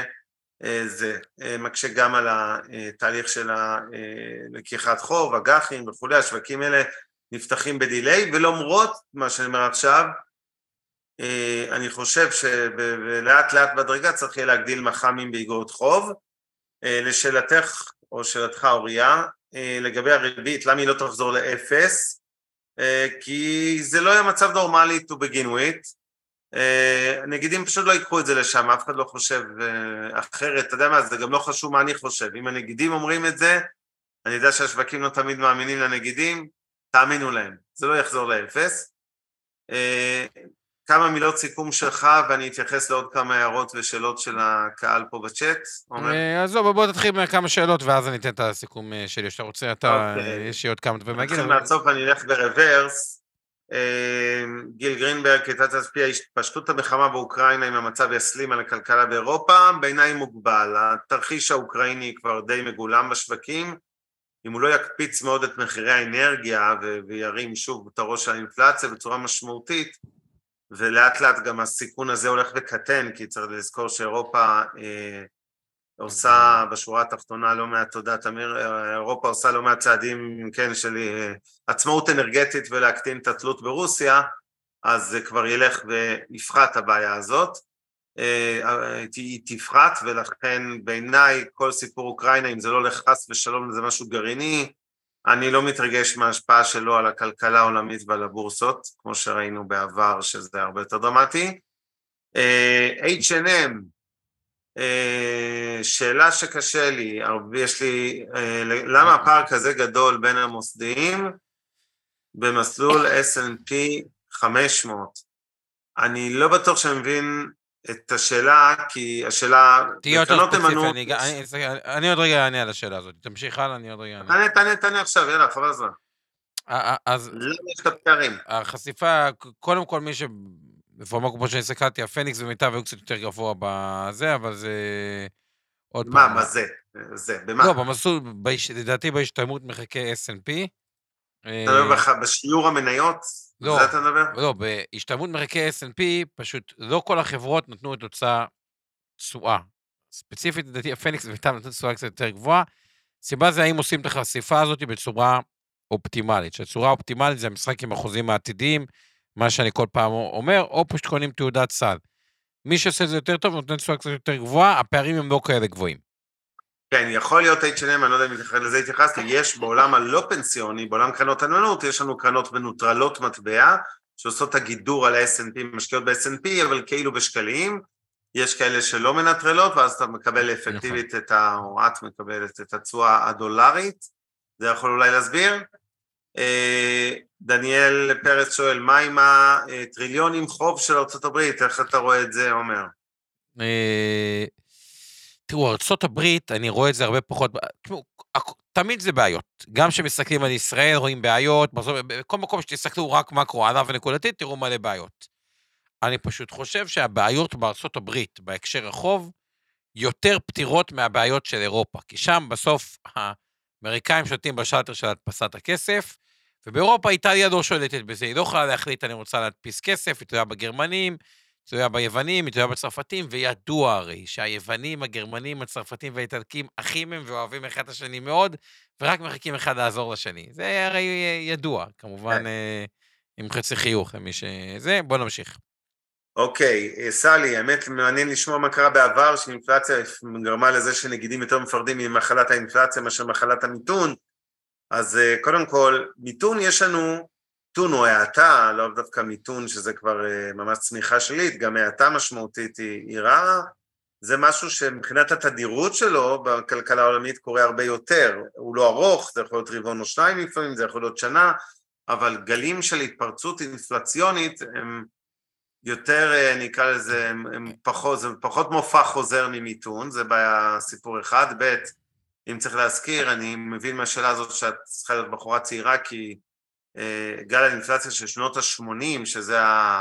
מקשה גם על התהליך של לקיחת חוב, אג"חים וכולי, השווקים האלה נפתחים בדיליי, ולמרות מה שאני אומר עכשיו, אני חושב שלאט לאט בדרגה צריך יהיה להגדיל מח"מים באגרות חוב. לשאלתך או שאלתך אוריה, לגבי הריבית, למה היא לא תחזור לאפס? כי זה לא היה מצב נורמלי to begin with, הנגידים פשוט לא יקחו את זה לשם, אף אחד לא חושב אחרת, אתה יודע מה, זה גם לא חשוב מה אני חושב, אם הנגידים אומרים את זה, אני יודע שהשווקים לא תמיד מאמינים לנגידים, תאמינו להם, זה לא יחזור לאפס. כמה מילות סיכום שלך, ואני אתייחס לעוד כמה הערות ושאלות של הקהל פה בצ'אט. אז בוא תתחיל מכמה שאלות, ואז אני אתן את הסיכום שלי, שאתה רוצה, יש לי עוד כמה דברים להגיד. נתחיל מהסוף, אני אלך ברוורס. גיל גרינברג, כיצד תשפיע התפשטות המלחמה באוקראינה אם המצב יסלים על הכלכלה באירופה, בעיניי מוגבל. התרחיש האוקראיני כבר די מגולם בשווקים, אם הוא לא יקפיץ מאוד את מחירי האנרגיה וירים שוב את הראש של האינפלציה בצורה משמעותית, ולאט לאט גם הסיכון הזה הולך וקטן, כי צריך לזכור שאירופה עושה בשורה התחתונה לא מעט, תודה תמיר, אירופה עושה לא מעט צעדים, כן, של עצמאות אנרגטית ולהקטין את התלות ברוסיה, אז זה כבר ילך ויפחת הבעיה הזאת, היא תפחת, ולכן בעיניי כל סיפור אוקראינה, אם זה לא לחס ושלום, זה משהו גרעיני, אני לא מתרגש מההשפעה שלו על הכלכלה העולמית ועל הבורסות, כמו שראינו בעבר, שזה הרבה יותר דרמטי. H&M, שאלה שקשה לי, יש לי, למה הפער כזה גדול בין המוסדיים במסלול S&P 500? אני לא בטוח שאני מבין את השאלה, כי השאלה... תהיה יותר ספציפי, אני עוד רגע אענה על השאלה הזאת, תמשיך הלאה, אני עוד רגע אענה. תענה עכשיו, יאללה, חבל הזמן. אז... למה יש את הפערים? החשיפה, קודם כל מי לפעמים כמו שאני הסתכלתי, הפניקס ומיטב היו קצת יותר גבוה בזה, אבל זה... מה זה? במה? לא, במסלול, לדעתי בהשתלמות מחכה S&P. אתה מדבר בשיעור המניות? לא, זה אתה מדבר? לא, בהשתלמות מחכה S&P, פשוט לא כל החברות נתנו את הוצאה תשואה. ספציפית, לדעתי, הפניקס ומיטב נתנו תשואה קצת יותר גבוהה. סיבה זה האם עושים את החשיפה הזאת בצורה אופטימלית. שהצורה האופטימלית זה המשחק עם החוזים העתידיים, מה שאני כל פעם אומר, או פשוט קונים תעודת סל. מי שעושה את זה יותר טוב, נותן תשואה קצת יותר גבוהה, הפערים הם לא כאלה גבוהים. כן, יכול להיות H&M, אני לא יודע אם לזה התייחסתי, יש בעולם הלא פנסיוני, בעולם קרנות הנאמנות, יש לנו קרנות בנוטרלות מטבע, שעושות את הגידור על ה-S&P, משקיעות ב-S&P, אבל כאילו בשקלים, יש כאלה שלא מנטרלות, ואז אתה מקבל אפקטיבית או את מקבלת את התשואה הדולרית, זה יכול אולי להסביר. דניאל פרץ שואל, מה עם הטריליונים חוב של ארצות הברית? איך אתה רואה את זה, עומר? תראו, ארצות הברית, אני רואה את זה הרבה פחות, תמיד זה בעיות. גם כשמסתכלים על ישראל, רואים בעיות, בכל מקום שתסתכלו רק מקרו, עליו ונקודתית, תראו מלא בעיות. אני פשוט חושב שהבעיות בארצות הברית, בהקשר החוב, יותר פתירות מהבעיות של אירופה, כי שם בסוף אמריקאים שולטים בשלטר של הדפסת הכסף, ובאירופה איטליה לא שולטת בזה, היא לא יכולה להחליט, אני רוצה להדפיס כסף, היא תלויה בגרמנים, היא תלויה ביוונים, היא תלויה בצרפתים, וידוע הרי שהיוונים, הגרמנים, הצרפתים והאיטלקים אחים הם ואוהבים אחד את השני מאוד, ורק מחכים אחד לעזור לשני. זה הרי ידוע, כמובן עם חצי חיוך למי שזה. בוא נמשיך. אוקיי, סלי, האמת מעניין לשמוע מה קרה בעבר, שאינפלציה גרמה לזה שנגידים יותר מפרדים ממחלת האינפלציה מאשר מחלת המיתון. אז קודם כל, מיתון יש לנו, מיתון או האטה, לא דווקא מיתון שזה כבר ממש צמיחה שלילית, גם האטה משמעותית היא רעה, זה משהו שמבחינת התדירות שלו בכלכלה העולמית קורה הרבה יותר, הוא לא ארוך, זה יכול להיות רבעון או שניים לפעמים, זה יכול להיות שנה, אבל גלים של התפרצות אינפלציונית הם יותר, אני אקרא לזה, זה פחות מופע חוזר ממיתון, זה סיפור אחד. ב', אם צריך להזכיר, אני מבין מהשאלה הזאת שאת צריכה להיות בחורה צעירה, כי גל האינפלציה של שנות ה-80, שזה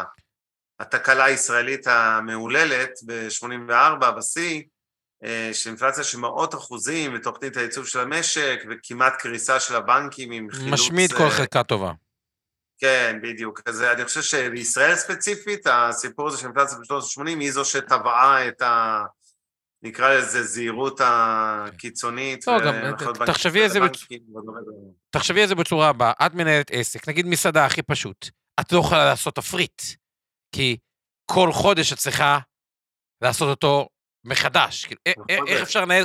התקלה הישראלית המעוללת ב-84 בשיא, שאינפלציה של מאות אחוזים ותוכנית הייצוב של המשק, וכמעט קריסה של הבנקים עם חילוץ... משמיד כל חלקה טובה. כן, בדיוק. אז אני חושב שבישראל ספציפית, הסיפור הזה של אינפלציה בשנות ה-80, היא זו שטבעה את נקרא לזה זהירות הקיצונית. לא, גם, תחשבי את זה בצורה הבאה, את מנהלת עסק, נגיד מסעדה הכי פשוט, את לא יכולה לעשות תפריט, כי כל חודש את צריכה לעשות אותו מחדש. איך אפשר לנהל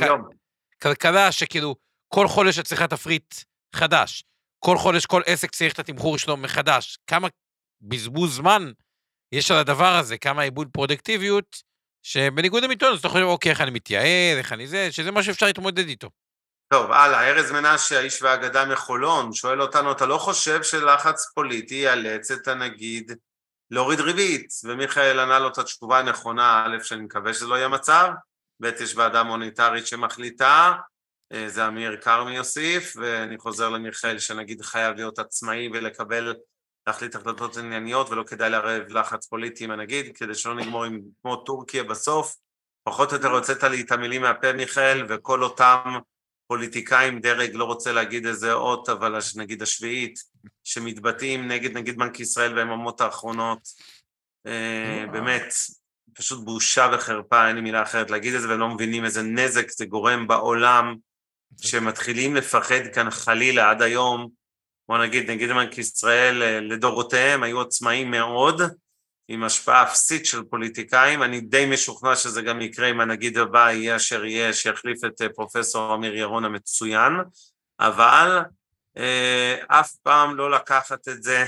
כלכלה שכאילו כל חודש את צריכה תפריט חדש, כל חודש כל עסק צריך את התמחור שלו מחדש, כמה בזבוז זמן יש על הדבר הזה, כמה עיבוד פרודקטיביות, שבניגוד למיתון, אז אתה חושב, אוקיי, איך אני מתייעל, איך אני זה, שזה משהו שאפשר להתמודד איתו. טוב, הלאה, ארז מנשה, האיש והאגדה מחולון, שואל אותנו, אתה לא חושב שלחץ פוליטי יאלץ את הנגיד להוריד ריבית? ומיכאל ענה לו את התשובה הנכונה, א', שאני מקווה שזה לא יהיה מצב, ב', יש ועדה מוניטרית שמחליטה, זה אמיר קרמי יוסיף, ואני חוזר למיכאל שנגיד חייב להיות עצמאי ולקבל, להחליט החלטות ענייניות, ולא כדאי לערב לחץ פוליטי עם הנגיד, כדי שלא נגמור עם כמו טורקיה בסוף, פחות או יותר הוצאת לי את המילים מהפה מיכאל, וכל אותם פוליטיקאים דרג, לא רוצה להגיד איזה אות, אבל נגיד השביעית, שמתבטאים נגד בנק ישראל והממות האחרונות, באמת, פשוט בושה וחרפה, אין לי מילה אחרת להגיד את זה, ולא מבינים איזה נזק זה גורם בעולם, שמתחילים לפחד כאן חלילה עד היום, בוא נגיד בנק ישראל לדורותיהם היו עצמאים מאוד, עם השפעה אפסית של פוליטיקאים, אני די משוכנע שזה גם יקרה אם הנגיד הבא יהיה אשר יהיה, שיחליף את פרופסור אמיר ירון המצוין, אבל אף פעם לא לקחת את זה,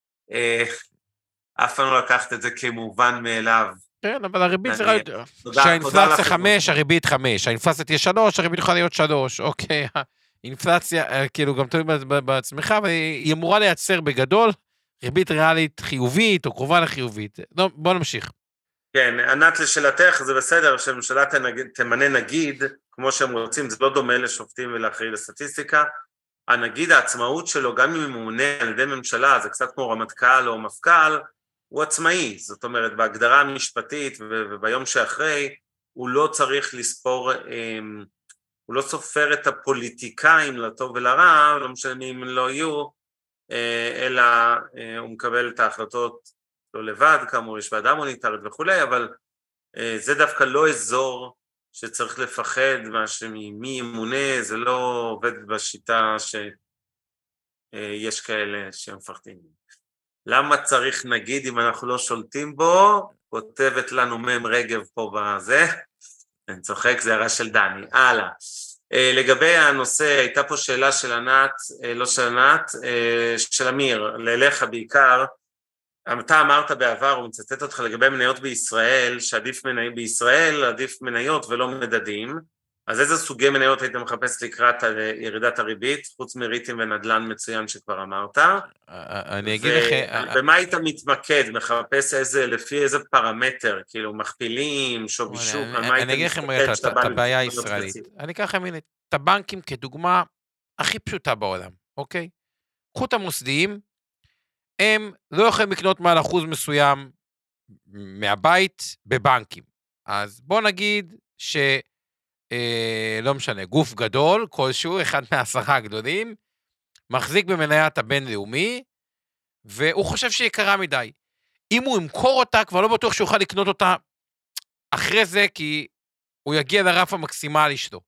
כמובן מאליו. כן, אבל הריבית זה רק... שהאינפלציה 5, הריבית 5, האינפלציה תהיה 3, הריבית יכולה להיות 3, אוקיי, האינפלציה, כאילו גם תלוי בעצמך, והיא אמורה לייצר בגדול, ריבית ריאלית חיובית או קרובה לחיובית. בוא נמשיך. כן, ענת לשאלתך, זה בסדר שהממשלה תמנה נגיד, כמו שהם רוצים, זה לא דומה לשופטים ולאחראי לסטטיסטיקה, הנגיד העצמאות שלו, גם אם הוא ממונה על ידי ממשלה, זה קצת כמו רמטכ"ל או מפכ"ל, הוא עצמאי, זאת אומרת, בהגדרה המשפטית וביום שאחרי, הוא לא צריך לספור, הוא לא סופר את הפוליטיקאים לטוב ולרע, לא משנה אם לא יהיו, אלא הוא מקבל את ההחלטות לא לבד, כאמור יש ועדה מוניטרית וכולי, אבל זה דווקא לא אזור שצריך לפחד מי ימונה, זה לא עובד בשיטה שיש כאלה שמפחדים. למה צריך נגיד אם אנחנו לא שולטים בו? כותבת לנו מם רגב פה בזה, אני צוחק, זה הערה של דני. הלאה. לגבי הנושא, הייתה פה שאלה של ענת, לא של ענת, של אמיר, לאליך בעיקר, אתה אמרת בעבר, הוא מצטט אותך לגבי מניות בישראל, שעדיף בישראל, עדיף מניות ולא מדדים, אז איזה סוגי מניות היית מחפש לקראת ירידת הריבית, חוץ מריטים ונדל"ן מצוין שכבר אמרת? אני אגיד לך... במה היית מתמקד, מחפש לפי איזה פרמטר, כאילו מכפילים, שווי שוק, אני אגיד לכם את הבעיה הישראלית. אני אקח לכם את הבנקים כדוגמה הכי פשוטה בעולם, אוקיי? קחו את המוסדיים, הם לא יכולים לקנות מעל אחוז מסוים מהבית בבנקים. אז בוא נגיד לא משנה, גוף גדול, כלשהו, אחד מה10 הגדולים, מחזיק במניית הבינלאומי, והוא חושב שהיא יקרה מדי. אם הוא ימכור אותה, כבר לא בטוח שהוא יוכל לקנות אותה אחרי זה, כי הוא יגיע לרף המקסימלי שלו,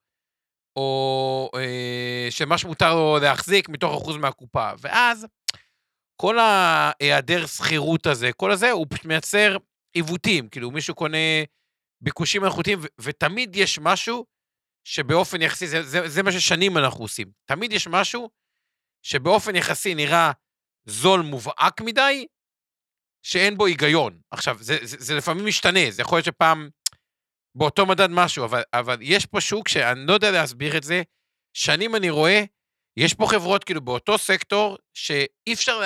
או שמה שמותר לו להחזיק מתוך אחוז מהקופה, ואז כל ההיעדר סחירות הזה, כל הזה, הוא מייצר עיוותים, כאילו מישהו קונה ביקושים מלאכותיים, ותמיד יש משהו שבאופן יחסי, זה מה ששנים אנחנו עושים, תמיד יש משהו שבאופן יחסי נראה זול מובהק מדי, שאין בו היגיון. עכשיו, זה לפעמים משתנה, זה יכול להיות שפעם באותו מדד משהו, אבל יש פה שוק שאני לא יודע להסביר את זה, שנים אני רואה, יש פה חברות כאילו באותו סקטור, שאי אפשר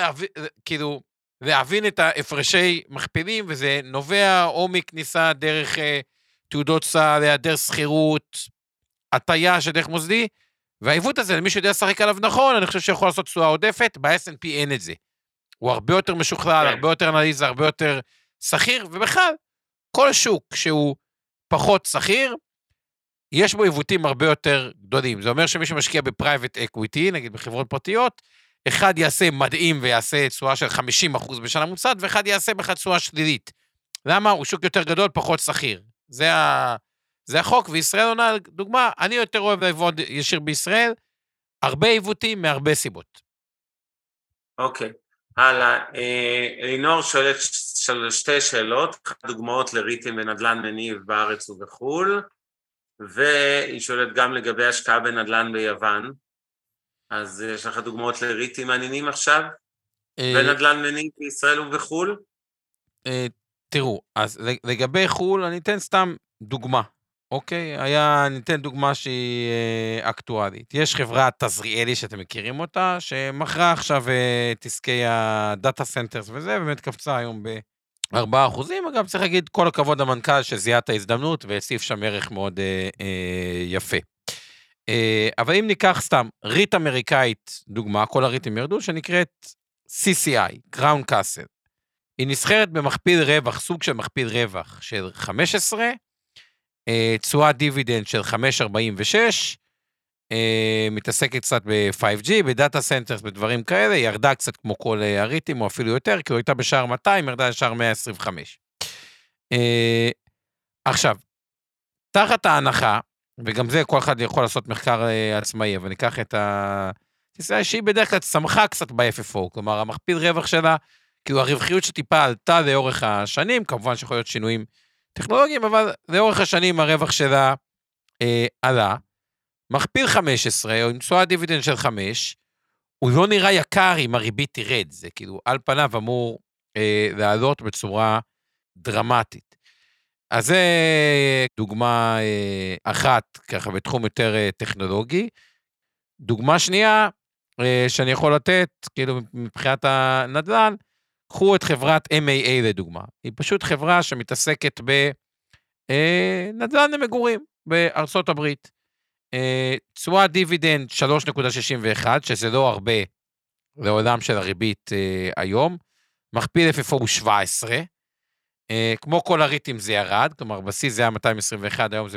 להבין את ההפרשי מכפילים, וזה נובע או מכניסה דרך תעודות סל, להיעדר סחירות, הטיה שדרך מוסדי, והעיוות הזה, למי שיודע לשחק עליו נכון, אני חושב שיכול לעשות תשואה עודפת, ב-S&P אין את זה. הוא הרבה יותר משוכלל, הרבה יותר אנליזה, הרבה יותר שכיר, ובכלל, כל שוק שהוא פחות שכיר, יש בו עיוותים הרבה יותר גדולים. זה אומר שמי שמשקיע בפרייבט אקוויטי, נגיד בחברות פרטיות, אחד יעשה מדהים ויעשה תשואה של 50% בשנה מוצעת, ואחד יעשה בכלל תשואה שלילית. למה? הוא שוק יותר גדול, פחות שכיר. זה החוק, וישראל עונה, דוגמה, אני יותר אוהב לעבוד ישיר בישראל, הרבה עיוותים מהרבה סיבות. אוקיי, הלאה, אלינור שואלת שתי שאלות, דוגמאות לריטים ונדל"ן מניב בארץ ובחול, והיא שואלת גם לגבי השקעה בנדל"ן ביוון, אז יש לך דוגמאות לריטים מעניינים עכשיו, ונדל"ן מניב בישראל ובחול? תראו, אז לגבי חול, אני אתן סתם דוגמה, אוקיי? ניתן דוגמה שהיא אקטואלית. יש חברה תזריאלי שאתם מכירים אותה, שמכרה עכשיו תסקי הדאטה סנטרס וזה, באמת קפצה היום ב4%. אגב, צריך להגיד כל הכבוד למנכ"ל שזיהה את ההזדמנות, והוסיף שם ערך מאוד יפה. אבל אם ניקח סתם ריט אמריקאית, דוגמה, כל הריטים ירדו, שנקראת CCI, Crown Castle. היא נסחרת במכפיל רווח, סוג של מכפיל רווח של 15, תשואה דיבידנד של 5.46, מתעסקת קצת ב-5G, בדאטה סנטרס, בדברים כאלה, ירדה קצת כמו כל הריטים, או אפילו יותר, כי הוא הייתה בשער 200, ירדה לשער 125. עכשיו, תחת ההנחה, וגם זה כל אחד יכול לעשות מחקר עצמאי, אבל ניקח את ה-CCI שהיא בדרך כלל צמחה קצת ב-FFO, כלומר, המכפיל רווח שלה, כאילו הרווחיות שטיפה עלתה לאורך השנים, כמובן שיכול להיות שינויים טכנולוגיים, אבל לאורך השנים הרווח שלה עלה, מכפיל 15, או עם תשואה דיבידנד של 5, הוא לא נראה יקר אם הריבית תרד, זה כאילו על פניו אמור לעלות בצורה דרמטית. אז זה דוגמה אחת, ככה בתחום יותר טכנולוגי. דוגמה שנייה שאני יכול לתת, כאילו מבחינת הנדל"ן, קחו את חברת MAA לדוגמה. היא פשוט חברה שמתעסקת בנדל"ן למגורים בארצות הברית. תשואה דיבידנד 3.61, שזה לא הרבה לעולם של הריבית היום. מכפיל FFO הוא 17. כמו כל הריטים זה ירד, כלומר בסיס זה היה 221, היום זה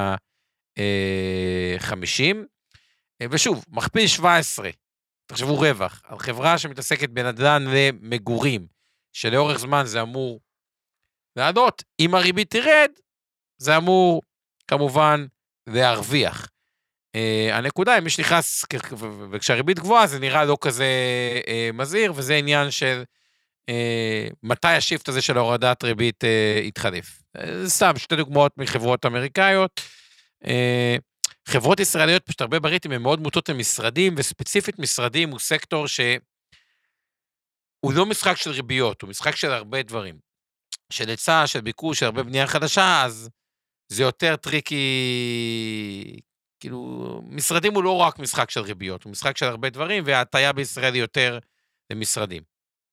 ב-150. ושוב, מכפיל 17. תחשבו רווח, על חברה שמתעסקת בנדל"ן למגורים, שלאורך זמן זה אמור לעלות, אם הריבית תרד, זה אמור כמובן להרוויח. הנקודה, אם יש נכנס, וכשהריבית גבוהה, זה נראה לא כזה מזהיר, וזה עניין של מתי השיפט הזה של הורדת ריבית יתחלף. סתם, שתי דוגמאות מחברות אמריקאיות, חברות ישראליות פשוט הרבה בריטים הן מאוד מוטות למשרדים, וספציפית משרדים הוא סקטור שהוא לא משחק של ריביות, הוא משחק של הרבה דברים. של היצע, של ביקוש, של הרבה בנייה חדשה, אז זה יותר טריקי, כאילו, משרדים הוא לא רק משחק של ריביות, הוא משחק של הרבה דברים, וההטיה בישראל היא יותר למשרדים.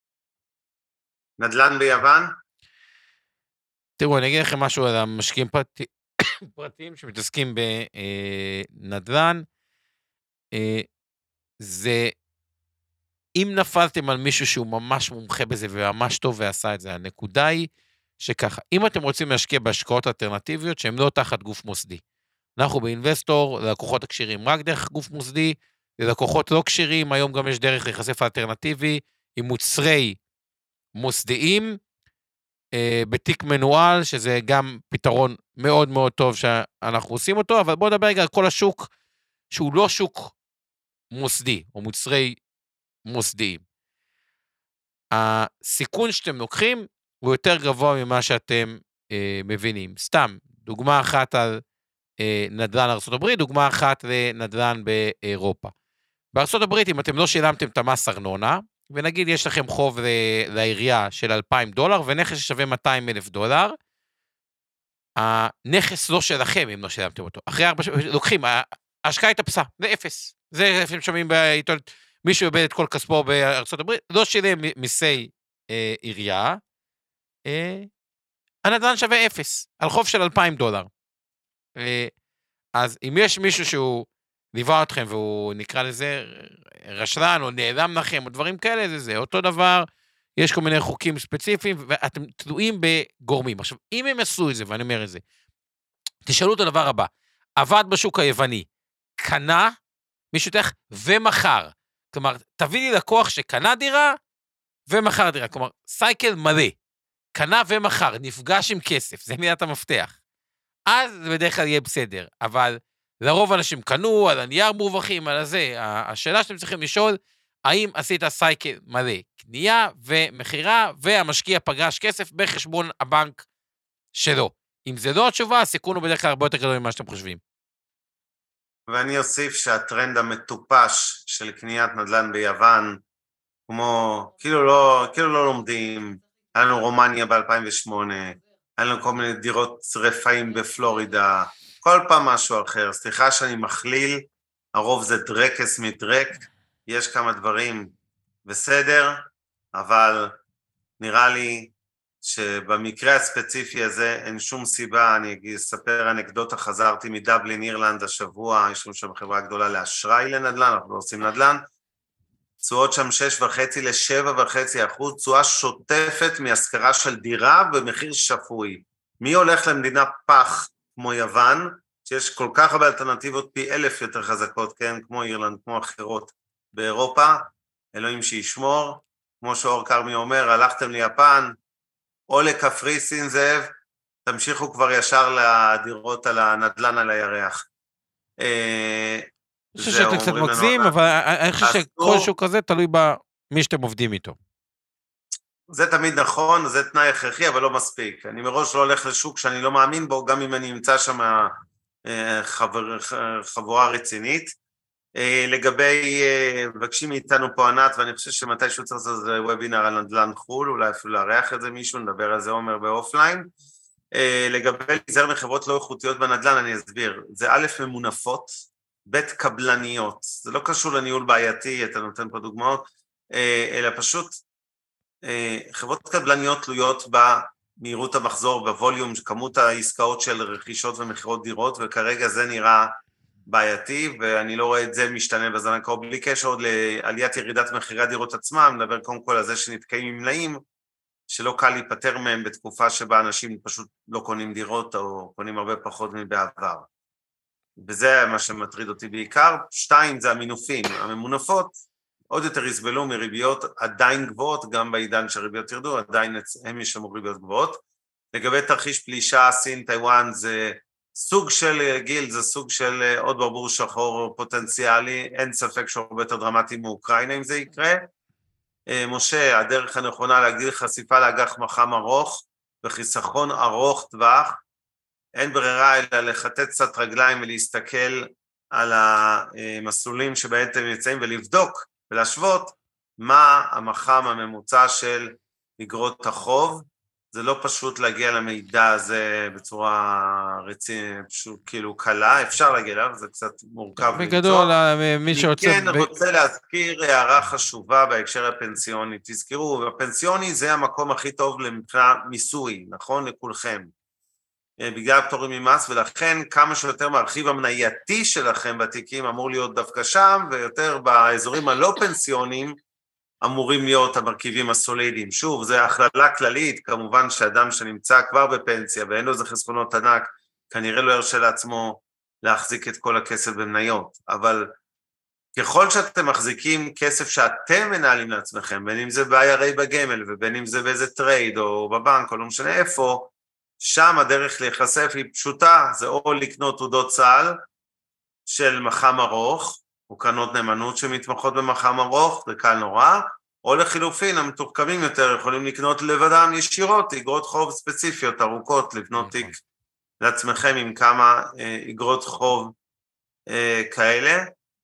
נדל"ן ביוון? תראו, אני אגיד לכם משהו על המשקיעים פרטיים שמתעסקים בנדל"ן, זה, אם נפלתם על מישהו שהוא ממש מומחה בזה וממש טוב ועשה את זה, הנקודה היא שככה, אם אתם רוצים להשקיע בהשקעות אלטרנטיביות שהן לא תחת גוף מוסדי, אנחנו באינבסטור, לקוחות הקשירים רק דרך גוף מוסדי, ללקוחות לא קשירים, היום גם יש דרך להיחשף אלטרנטיבי, עם מוצרי מוסדיים, בתיק מנואל, שזה גם פתרון מאוד מאוד טוב שאנחנו עושים אותו, אבל בואו נדבר רגע על כל השוק, שהוא לא שוק מוסדי, או מוצרי מוסדיים. הסיכון שאתם לוקחים, הוא יותר גבוה ממה שאתם מבינים. סתם, דוגמה אחת על נדל"ן ארצות הברית, דוגמה אחת לנדל"ן באירופה. בארצות הברית, אם אתם לא שילמתם את המס ארנונה, ונגיד יש לכם חוב לעירייה של $2,000, ונכס ששווה $200,000, הנכס לא שלכם אם לא שילמתם אותו. אחרי 4 שנים, לוקחים, ההשקעה התאפסה, זה אפס. זה אפילו שומעים בעיתון, מישהו איבד את כל כספו בארצות הברית, לא שילם מיסי עירייה, הנדל"ן שווה 0, על חוב של $2,000. אז אם יש מישהו שהוא ליווה אתכם, והוא נקרא לזה רשלן, או נעלם לכם, או דברים כאלה, זה אותו דבר, יש כל מיני חוקים ספציפיים, ואתם תלויים בגורמים. עכשיו, אם הם עשו את זה, ואני אומר את זה, תשאלו את הדבר הבא, עבד בשוק היווני, קנה, מישהו תלך, ומחר. כלומר, תביא לי לקוח שקנה דירה, ומחר דירה. כלומר, סייקל מלא. קנה ומחר, נפגש עם כסף, זה מילת המפתח. אז זה בדרך כלל יהיה בסדר, אבל לרוב אנשים קנו, על הנייר מורווחים, על הזה. השאלה שאתם צריכים לשאול, האם עשית סייקל מלא? קנייה ומחירה, והמשקיע פגש כסף בחשבון הבנק שלו. אם זה לא התשובה, הסיכון הוא בדרך כלל הרבה יותר גדול ממה שאתם חושבים. ואני אוסיף שהטרנד המטופש של קניית נדל"ן ביוון, כמו, כאילו לא לומדים, היה לנו רומניה ב-2008, היה לנו כל מיני דירות רפאים בפלורידה, כל פעם משהו אחר. סליחה שאני מכליל, הרוב זה דרקס מדרק, יש כמה דברים בסדר, אבל נראה לי שבמקרה הספציפי הזה אין שום סיבה. אני אספר אנקדוטה, חזרתי מדבלין, אירלנד השבוע, יש לנו שם חברה גדולה לאשראי לנדל"ן, אנחנו לא עושים נדל"ן, תשואות שם 6.5% ל7.5%, תשואה שוטפת מהשכרה של דירה במחיר שפוי. מי הולך למדינה פח כמו יוון, שיש כל כך הרבה אלטרנטיבות פי 1,000 יותר חזקות, כן, כמו אירלנד, כמו אחרות באירופה, אלוהים שישמור, כמו שאור קרמי אומר, הלכתם ליפן, או לקפריסין זאב, תמשיכו כבר ישר לדירות על הנדל"ן על הירח. אני חושב שאתה קצת מגזים, אבל אני חושב שכל שוק כזה תלוי במי שאתם עובדים איתו. זה תמיד נכון, זה תנאי הכרחי, אבל לא מספיק. אני מראש לא הולך לשוק שאני לא מאמין בו, גם אם אני אמצא שם חבורה רצינית. לגבי, מבקשים מאיתנו פה ענת, ואני חושב שמתישהו צריך לעשות איזה וובינר על נדל"ן חול, אולי אפילו לארח את זה מישהו, נדבר על זה עומר באופליין. לגבי להיזהר מחברות לא איכותיות בנדל"ן, אני אסביר. זה א' ממונפות, ב' קבלניות. זה לא קשור לניהול בעייתי, אתה נותן פה דוגמאות, אלא פשוט חברות קבלניות תלויות במהירות המחזור, בווליום, כמות העסקאות של רכישות ומחירות דירות, וכרגע זה נראה בעייתי, ואני לא רואה את זה משתנה בזמן הקרוב, בלי קשר עוד לעליית ירידת מחירי הדירות עצמם, נדבר קודם כל על זה שנתקעים עם מלאים, שלא קל להיפטר מהם בתקופה שבה אנשים פשוט לא קונים דירות, או קונים הרבה פחות מבעבר. וזה מה שמטריד אותי בעיקר. 2, זה המינופים. הממונפות עוד יותר יסבלו מריביות עדיין גבוהות, גם בעידן שהריביות ירדו, עדיין הם ישמעו ריביות גבוהות. לגבי תרחיש פלישה, סין, טיואן, זה סוג של גיל, זה סוג של עוד ברבור שחור פוטנציאלי, אין ספק שהוא הרבה יותר דרמטי מאוקראינה אם זה יקרה. משה, הדרך הנכונה להגדיל חשיפה לאג"ח מח"מ ארוך, וחיסכון ארוך טווח, אין ברירה אלא לחטט קצת רגליים ולהסתכל על המסלולים שבהם אתם נמצאים ולבדוק ולהשוות מה המח"מ הממוצע של אגרות החוב. זה לא פשוט להגיע למידע הזה בצורה רצינית, פשוט כאילו קלה, אפשר להגיע אליו, זה קצת מורכב. בגדול, מי שרוצה... אני כן רוצה להזכיר הערה חשובה בהקשר הפנסיוני. תזכרו, הפנסיוני זה המקום הכי טוב למבחינה מיסוי, נכון? לכולכם. בגלל הפטורים ממס, ולכן כמה שיותר מרחיב המנייתי שלכם בתיקים אמור להיות דווקא שם, ויותר באזורים הלא פנסיוניים אמורים להיות המרכיבים הסולידיים. שוב, זה הכללה כללית, כמובן שאדם שנמצא כבר בפנסיה, ואין לו איזה חסכונות ענק, כנראה לא ירשה לעצמו להחזיק את כל הכסף במניות, אבל ככל שאתם מחזיקים כסף שאתם מנהלים לעצמכם, בין אם זה ב-IRA בגמל, ובין אם זה באיזה טרייד, או בבנק, או לא משנה איפה, שם הדרך להיחשף היא פשוטה, זה או לקנות תעודות סל של מח"מ ארוך, או קרנות נאמנות שמתמחות במח"מ ארוך, זה קל נורא, או לחילופין, המתוחכמים יותר יכולים לקנות לבדם ישירות, אגרות חוב ספציפיות, ארוכות, לבנות תיק לעצמכם עם כמה אגרות חוב כאלה.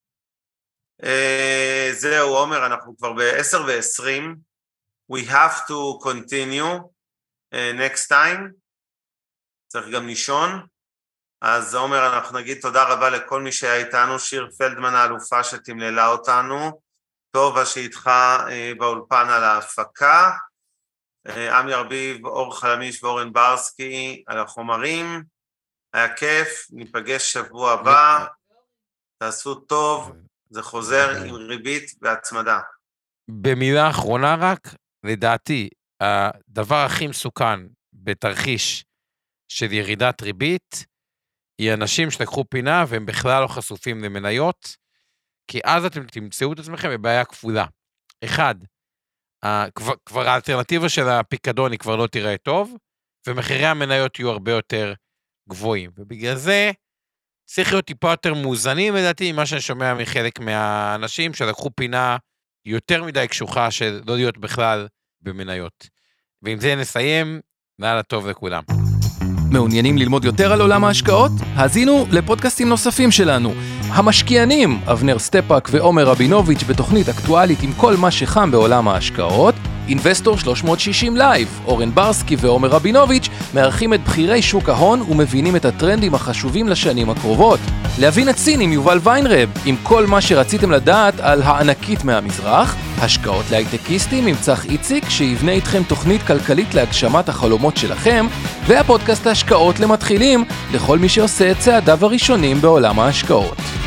זהו, עומר, אנחנו כבר ב-10:20, we have to continue next time, צריך גם לישון, אז עומר, אנחנו נגיד תודה רבה לכל מי שהיה איתנו, שיר פלדמן האלופה שתמללה אותנו, טובה שאיתך באולפן על ההפקה, עמי ארביב, אור חלמיש ואורן ברסקי על החומרים, היה כיף, ניפגש שבוע הבא, תעשו טוב, זה חוזר עם ריבית והצמדה. במילה האחרונה רק, לדעתי, הדבר הכי מסוכן בתרחיש של ירידת ריבית, היא אנשים שלקחו פינה והם בכלל לא חשופים למניות, כי אז אתם תמצאו את עצמכם בבעיה כפולה. אחד, כבר האלטרנטיבה של הפיקדון היא כבר לא תראה טוב, ומחירי המניות יהיו הרבה יותר גבוהים, ובגלל זה צריך להיות טיפה יותר מאוזנים, לדעתי, ממה שאני שומע מחלק מהאנשים שלקחו פינה יותר מדי קשוחה של לא להיות בכלל במניות. ועם זה נסיים, לילה טוב לכולם. מעוניינים ללמוד יותר על עולם ההשקעות? האזינו לפודקאסטים נוספים שלנו. המשקיענים, אבנר סטפאק ועומר רבינוביץ' בתוכנית אקטואלית עם כל מה שחם בעולם ההשקעות. אינבסטור 360 לייב, אורן ברסקי ועומר רבינוביץ' מארחים את בחירי שוק ההון ומבינים את הטרנדים החשובים לשנים הקרובות. להבין את סין עם יובל ויינרב, עם כל מה שרציתם לדעת על הענקית מהמזרח. השקעות להייטקיסטים עם צח איציק שיבנה איתכם תוכנית כלכלית להגשמת החלומות שלכם, והפודקאסט ההשקעות למתחילים לכל מי שעושה את צעדיו הראשונים בעולם ההשקעות.